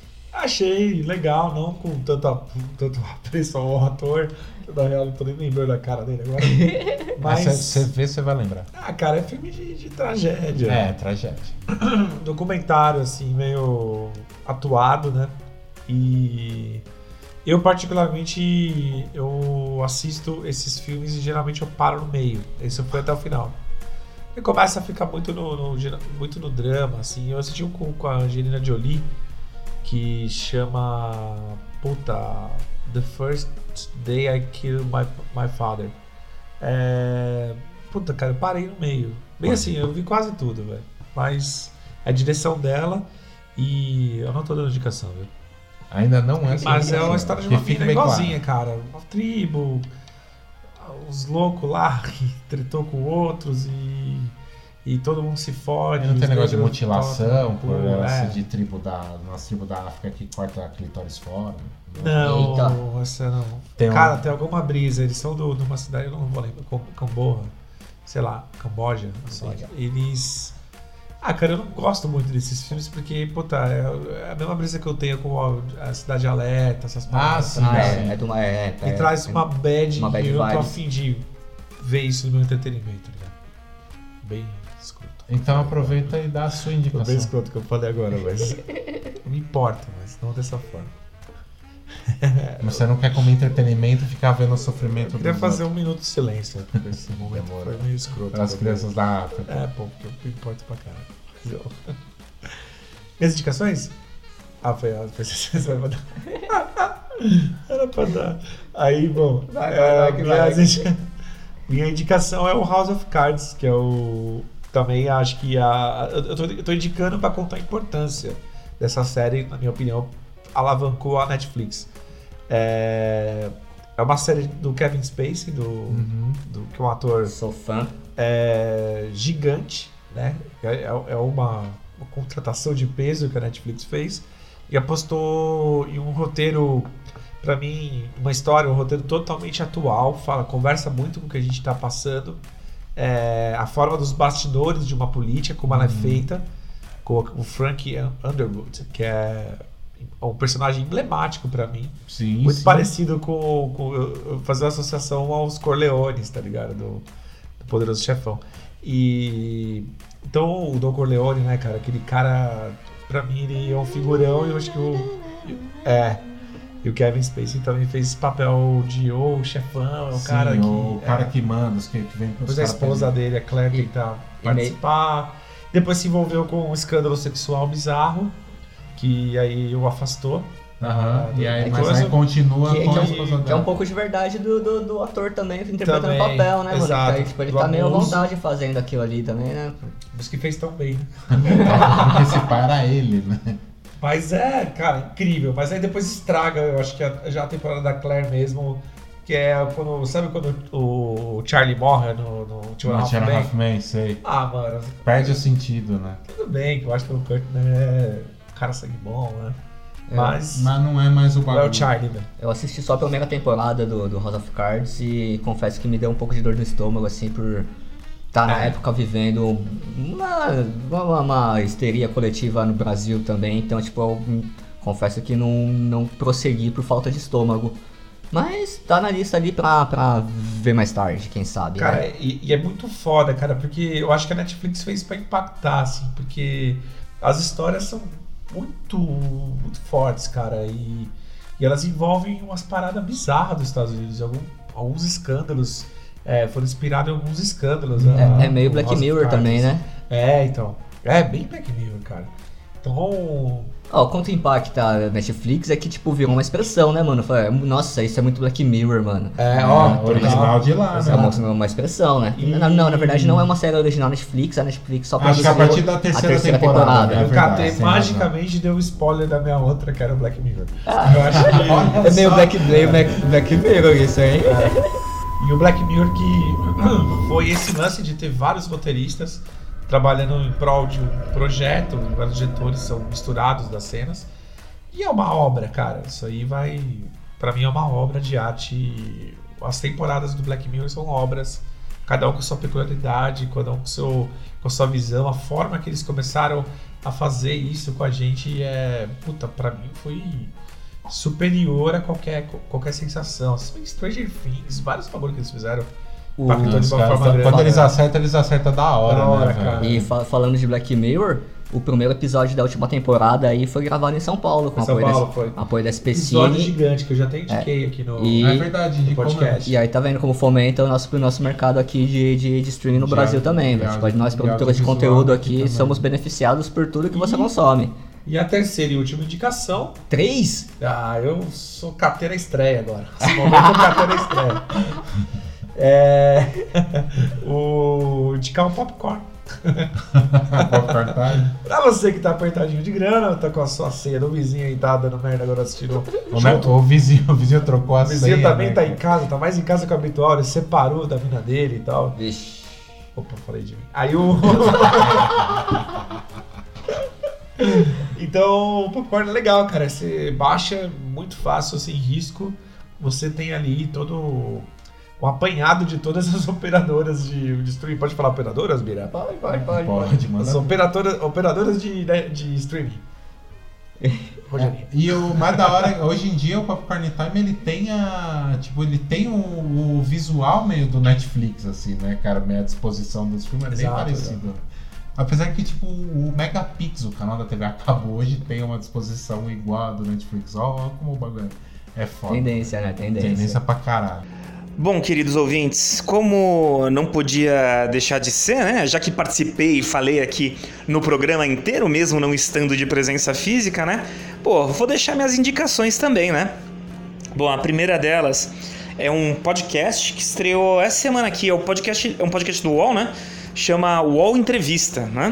Achei legal, não com tanto, tanto apreço ao ator. Na real, não tô nem lembrando da cara dele agora. Mas Mas, você vê, você vai lembrar. ah, cara, é filme de, de tragédia. É, tragédia. Documentário, assim, meio atuado, né? E eu, particularmente, eu assisto esses filmes e geralmente eu paro no meio. Esse foi até o final. E começa a ficar muito no, no- muito no drama, assim. Eu assisti um com, com a Angelina Jolie, que chama... Puta... The First Day I Killed My, my Father. É... Puta, cara, eu parei no meio. Bem assim, eu vi quase tudo, velho. Mas a direção dela e... Eu não tô dando indicação, viu? Ainda não é Mas é uma história de uma Que fique mina bem igualzinha, cara. Uma tribo, os loucos lá que tretou com outros e... E todo mundo se fode. E não tem os negócio de negros mutilação, tocam, por é. essa de tribo da, nas tribos da África que corta a clitóris fora. Não, Eita. essa não. Tem um- Cara, tem alguma brisa. Eles são de uma cidade, eu não vou lembrar, Cam- Camborra, sei lá, Camboja. Assim. Camboja. Eles. Ah, cara, eu não gosto muito desses filmes porque, puta, é é a mesma brisa que eu tenho com a, a Cidade Alerta, essas paradas. sim, tá Ah, ligado? é, é de uma. É, Me é, traz é, uma bad, uma bad e eu não tô vibes. afim de ver isso no meu entretenimento, tá ligado? Bem escroto. Então aproveita e dá a sua Tô indicação. bem escroto que eu falei agora, mas. Me importa, mas não dessa forma. Mas você não quer como entretenimento ficar vendo o sofrimento Eu queria dos fazer outros. um minuto de silêncio por esse momento. Demora. Foi meio escroto. Para as crianças da África. É, pô, porque eu me importo pra caralho. Minhas indicações? Ah, foi a. Foi, você vai mandar. Era pra dar. Aí, bom. Vai, vai, é, vai, que vai. minhas indi- Minha indicação é o House of Cards, que é o. Também acho que a. Eu tô, eu tô indicando pra contar a importância dessa série, na minha opinião, alavancou a Netflix. É, é uma série do Kevin Spacey, do, Uhum. do, que é um ator Sou fã. é, gigante, né? É, é uma, uma contratação de peso que a Netflix fez e apostou em um roteiro, pra mim, uma história, um roteiro totalmente atual, fala, conversa muito com o que a gente tá passando, é, a forma dos bastidores de uma política, como ela é feita, com o Frank Underwood, que é um personagem emblemático pra mim. Sim, Muito sim. parecido com, com eu- eu fazer uma associação aos Corleones, tá ligado? Do, do Poderoso Chefão. E então o Don Corleone, né, cara, aquele cara, pra mim ele é um figurão e eu acho que o é e o Kevin Spacey também fez esse papel de ou chefão, é o Sim, cara que o cara é, que manda, os que, que vem pros depois a caras esposa pedir. dele, a Claire, E- tenta e participar. Depois se envolveu com um escândalo sexual bizarro que aí o afastou. Aham, e aí, É mas coisa- aí continua Que, com que a é esposa um, que é um dela. pouco de verdade do, do, do ator também interpretando o Também, papel, né, mano? exato. Que aí, tipo, ele Do tá meio à abuso. vontade fazendo aquilo ali também, né? Por isso que fez tão bem. Porque esse pai era ele, né? Mas é, cara, incrível. Mas aí depois estraga, eu acho que a, já a temporada da Claire mesmo, que é quando, sabe quando o Charlie morre no, no Two and a Half Two and a Men? Half Men, sei. Ah, mano. Perde o sentido, né? Tudo bem, que eu acho que o Kurt né, é um cara sangue bom, né? É, Mas Mas não é mais o não é bagulho. o Charlie, velho. Eu assisti só a primeira temporada do, do House of Cards e confesso que me deu um pouco de dor no estômago, assim, por estar na É. época vivendo uma, uma, uma histeria coletiva no Brasil também. Então, tipo, eu hum, confesso que não, não prossegui por falta de estômago. Mas tá na lista ali pra, pra ver mais tarde, quem sabe. Cara, né? e, e é muito foda, cara, porque eu acho que a Netflix fez pra impactar, assim, porque as histórias são muito, muito fortes, cara, e, e elas envolvem umas paradas bizarras dos Estados Unidos, algum, alguns escândalos, é, foram inspirados em alguns escândalos. É, a- é meio o Black House of Mirror Cards. também, né? É, então, é bem Black Mirror, cara. Então, Ó, o quanto impacta a Netflix é que, tipo, virou uma expressão, né, mano? Fala, nossa, isso é muito Black Mirror, mano. é, É, ó, original de lá, É né? uma, uma expressão, né? E- Não, não, na verdade não é uma série original Netflix, a Netflix só Acho que a produziu partir da terceira temporada, né? eu É catei, verdade, sem magicamente deu um spoiler da minha outra, que era o Black Mirror. Ah. Eu acho que... É meio Black, meio Black, Black Mirror isso aí. E o Black Mirror que foi esse lance de ter vários roteiristas trabalhando em prol de um projeto, vários diretores são misturados das cenas. E é uma obra, cara. Isso aí vai... Pra mim é uma obra de arte. As temporadas do Black Mirror são obras, cada um com sua peculiaridade, cada um com, seu, com a sua visão. A forma que eles começaram a fazer isso com a gente é... Puta, pra mim foi superior a qualquer, qualquer sensação. Stranger Things, vários bagulhos que eles fizeram. O- Impactou de Os uma caras, forma grande. quando eles acertam, eles acertam da hora, Da hora, né, cara. velho? E fa- falando de Black Mirror, o primeiro episódio da última temporada aí foi gravado em São Paulo, com Em São apoio, Paulo, da, foi. apoio da S P Episódio Cine. gigante que eu já até indiquei aqui no, E- É verdade, no de podcast. E aí tá vendo como fomenta o nosso, o nosso mercado aqui de, de, de streaming no De Brasil audio- também, de velho. Tipo, audio- nós de produtores de audiovisual conteúdo aqui aqui também. somos beneficiados por tudo que você E- consome. E a terceira e última indicação. Três? Ah, eu sou carteira estreia agora. Nesse momento eu carteira estreia. É. o indicar um popcorn. Popcorn Time. Pra você que tá apertadinho de grana, tá com a sua ceia do vizinho aí, tá dando merda agora assistindo. O, né, o, vizinho, o vizinho trocou a O vizinho senha, também né, tá cara? em casa, tá mais em casa que o habitual, ele separou da mina dele e tal. Vixe. Opa, falei de mim. Aí o. Então, o popcorn é legal, cara. Você baixa muito fácil, sem risco. Você tem ali todo o apanhado de todas as operadoras de, de streaming. Pode falar operadoras, Bira? Pode, pode, pode. Pode, manda. As operadoras, operadoras de, né, de streaming. Rogerinho. E o mais da hora, hoje em dia o Popcorn Time ele tem a. Tipo, ele tem o, o visual meio do Netflix, assim, né, cara? Meio à disposição dos filmes, é bem Exato, parecido. Apesar que, tipo, o Megapix, o canal da T V a cabo hoje, tem uma disposição igual a do Netflix. Ó, como o bagulho é foda. Tendência, né? Tendência. Tendência pra caralho. Bom, queridos ouvintes, como não podia deixar de ser, né? Já que participei e falei aqui no programa inteiro, mesmo não estando de presença física, né? Pô, vou deixar minhas indicações também, né? Bom, a primeira delas é um podcast que estreou essa semana aqui. É, o podcast, é um podcast do U O L, né? Chama U O L Entrevista, né?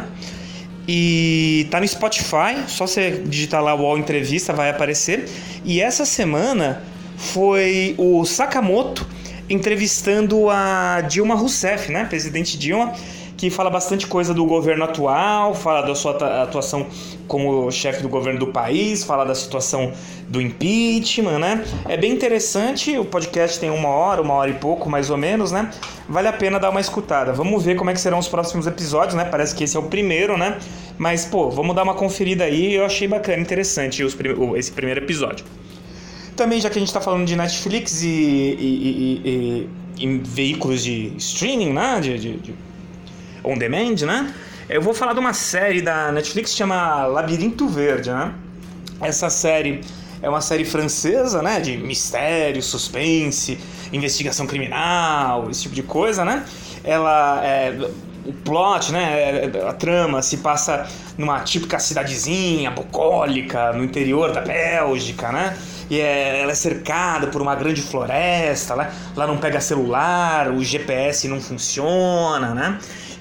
E tá no Spotify, só você digitar lá U O L Entrevista vai aparecer. E essa semana foi o Sakamoto entrevistando a Dilma Rousseff, né? Presidente Dilma, que fala bastante coisa do governo atual, fala da sua atuação como chefe do governo do país, fala da situação do impeachment, né? É bem interessante, o podcast tem uma hora, uma hora e pouco, mais ou menos, né? Vale a pena dar uma escutada. Vamos ver como é que serão os próximos episódios, né? Parece que esse é o primeiro, né? Mas, pô, vamos dar uma conferida aí, eu achei bacana, interessante os prim- esse primeiro episódio. Também, já que a gente está falando de Netflix e, e, e, e, e veículos de streaming, né? De, de, de on demand, né? Eu vou falar de uma série da Netflix que chama Labirinto Verde, né? Essa série é uma série francesa, né? De mistério, suspense, investigação criminal, esse tipo de coisa, né? Ela é... O plot, né, a trama se passa numa típica cidadezinha bucólica no interior da Bélgica, né? E é, ela é cercada por uma grande floresta, né? Lá não pega celular, o G P S não funciona, né?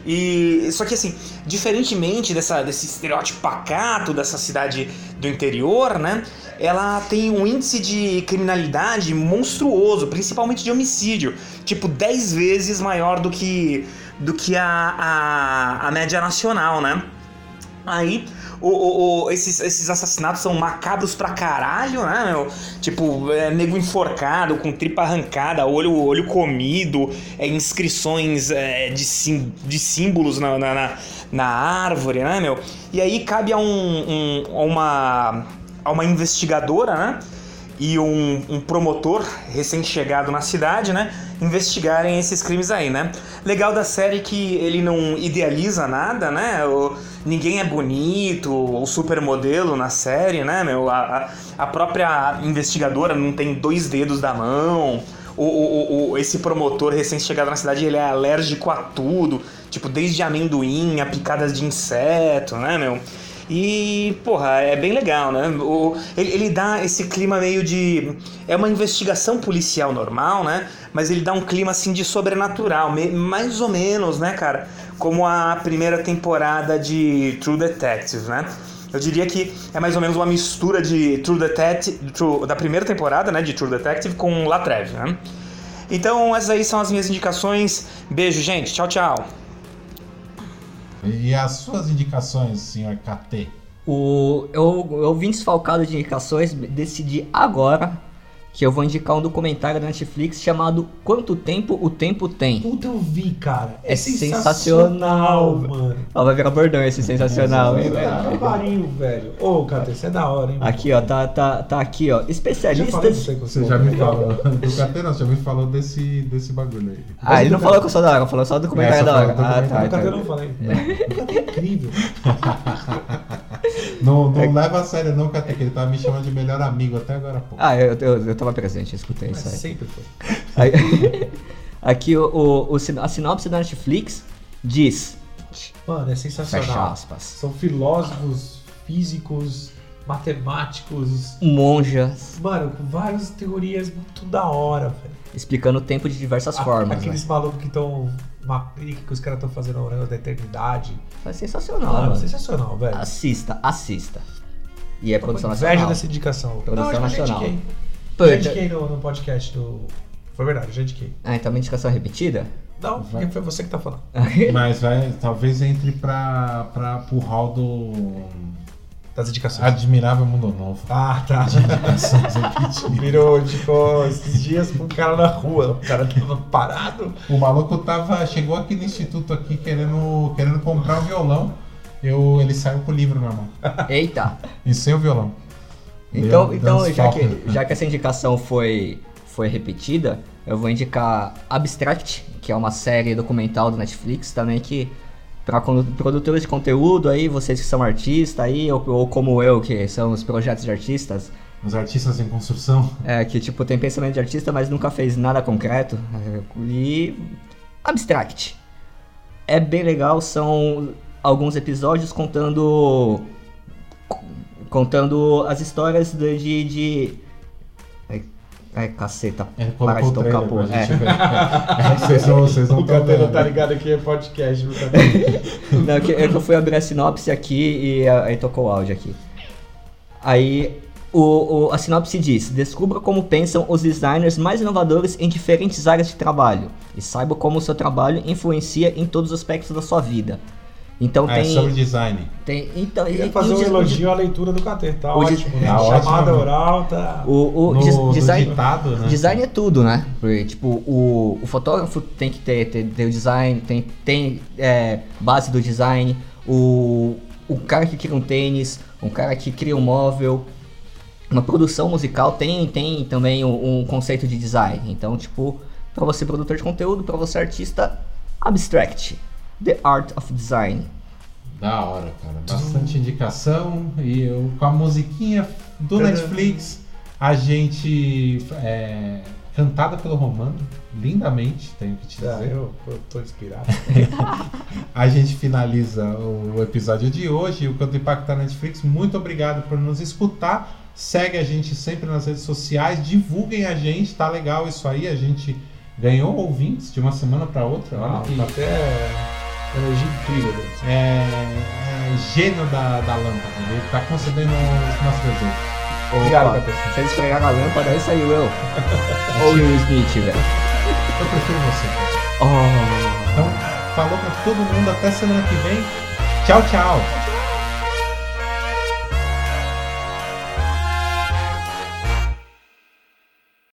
E só que assim, diferentemente dessa, desse estereótipo pacato dessa cidade do interior, né? Ela tem um índice de criminalidade monstruoso, principalmente de homicídio, tipo dez vezes maior do que, do que a, a, a média nacional, né? Aí, o, o, o, esses, esses assassinatos são macabros pra caralho, né, meu? Tipo, é, nego enforcado, com tripa arrancada, olho, olho comido, é, inscrições é, de, sim, de símbolos na, na, na, na árvore, né, meu? E aí cabe a, um, um, a, uma, a uma investigadora, né? E um, um promotor recém-chegado na cidade, né? Investigarem esses crimes aí, né? Legal da série que ele não idealiza nada, né? O, ninguém é bonito, ou supermodelo na série, né, meu? A, a, a própria investigadora não tem dois dedos da mão. O, o, o, esse promotor recém-chegado na cidade, ele é alérgico a tudo. Tipo, desde amendoim a picadas de inseto, né, meu? E, porra, é bem legal, né? O, ele, ele dá esse clima meio de... É uma investigação policial normal, né? Mas ele dá um clima, assim, de sobrenatural. Me, mais ou menos, né, cara? Como a primeira temporada de True Detective, né? Eu diria que é mais ou menos uma mistura de True Detective... True, da primeira temporada, né? De True Detective com La Treve, né? Então, essas aí são as minhas indicações. Beijo, gente. Tchau, tchau. E as suas indicações, senhor K T? O, eu, eu vim desfalcado de indicações, decidi agora que eu vou indicar um documentário da Netflix chamado Quanto Tempo o Tempo Tem. Puta, eu vi, cara. É, É sensacional, mano. Ó, vai virar bordão esse sensacional, hein, É velho? pariu, velho. Ô, K T, isso é da hora, hein? Aqui, ó, tá, tá, tá aqui, ó. Já falei pra Especialistas. você que eu Você sou já me legal. falou do K T, não, você já me falou desse, desse bagulho aí. Ah, ele não falou que eu sou da hora, falou só do documentário É, só da hora. falou do Ah, documentário. tá, O K T eu tá. não falei. O K T é incrível. Não, não leva a sério não, K T, que ele tava me chamando de melhor amigo até agora, pô. Ah, eu, eu, eu tava presente, eu escutei Mas isso aí. sempre foi. Aí- Aqui o, o, o sin- a sinopse da Netflix diz, Mano, é sensacional. fecha aspas, São filósofos, físicos, matemáticos. monjas, Mano, com várias teorias muito da hora, velho. explicando o tempo de diversas A- formas. Aqueles Né? malucos que estão. Que os caras estão fazendo o negócio da eternidade. É sensacional, Mano, mano. sensacional, velho. Assista, assista. E é produção Inveja nacional. dessa indicação. Produção não, eu já nacional. indiquei. Pô, Já eu- indiquei no, no podcast do. Foi verdade, eu já indiquei. Ah, então uma indicação repetida? Não, Vai. porque foi você que tá falando. Mas vai, talvez entre pra, pra, pro hall do Das indicações. Admirável Mundo Novo. Ah, tá. Indicações repetidas. Virou, tipo, esses dias pra um cara na rua. O cara tava parado. O maluco tava, chegou aqui no instituto aqui querendo, querendo comprar um violão. Eu, ele saiu com o livro na mão. Eita! E sem o violão. Então, Deu- então deu já, uns que, falcos. já que essa indicação foi, foi repetida, eu vou indicar Abstract, que é uma série documental do Netflix também que para produtores de conteúdo aí, vocês que são artistas aí, ou, ou como eu, que são os projetos de artistas, Os artistas em construção. é, que tipo tem pensamento de artista, mas nunca fez nada concreto. é, E Abstract. É bem legal, são alguns episódios contando contando as histórias de, de, de... Ai, ai, caceta, Ele para colocou de o tocar, trailer pô. pra É. gente ver. É, vocês não, vocês não O estão Catena vendo. tá ligado aqui, é podcast. O Catena. Não, que, é que eu fui abrir a sinopse aqui e a- aí tocou o áudio aqui. Aí o, o- a sinopse diz: descubra como pensam os designers mais inovadores em diferentes áreas de trabalho e saiba como o seu trabalho influencia em todos os aspectos da sua vida. Então É tem, sobre design. tem então Eu ia e- fazer e o um dis- elogio à leitura do Catena. Tá o dis- ótimo, né? Tá Chamada ótimo. oral, tá. o, o No, dis- do design ditado, né? Design é tudo, né? Porque, tipo, o, o fotógrafo tem que ter, ter, ter o design, tem, tem é, base do design, o, o cara que cria um tênis, um cara que cria um móvel, uma produção musical tem, tem também um, um conceito de design. Então, tipo, pra você produtor de conteúdo, pra você artista, Abstract, The Art of Design. Da hora, cara. Bastante indicação. E eu, com a musiquinha do Netflix, a gente. É, cantada pelo Romano, lindamente, tenho que te Ah, dizer. eu, eu tô inspirado. A gente finaliza o episódio de hoje. O Quanto Impacta na Netflix. Muito obrigado por nos escutar. Segue a gente sempre nas redes sociais. Divulguem a gente, tá legal isso aí. A gente ganhou ouvintes de uma semana para outra. Olha Ah, que tá até Energia incrível, Deus. É, é gênio da, da lâmpada. Ele tá concedendo os nossos desejos. Obrigado, Opa, Cabeça. se eles pegaram a lâmpada, aí saiu eu. Ou o Will Smith, velho. Eu prefiro você. Oh. Então, falou pra todo mundo. Até semana que vem. Tchau, tchau.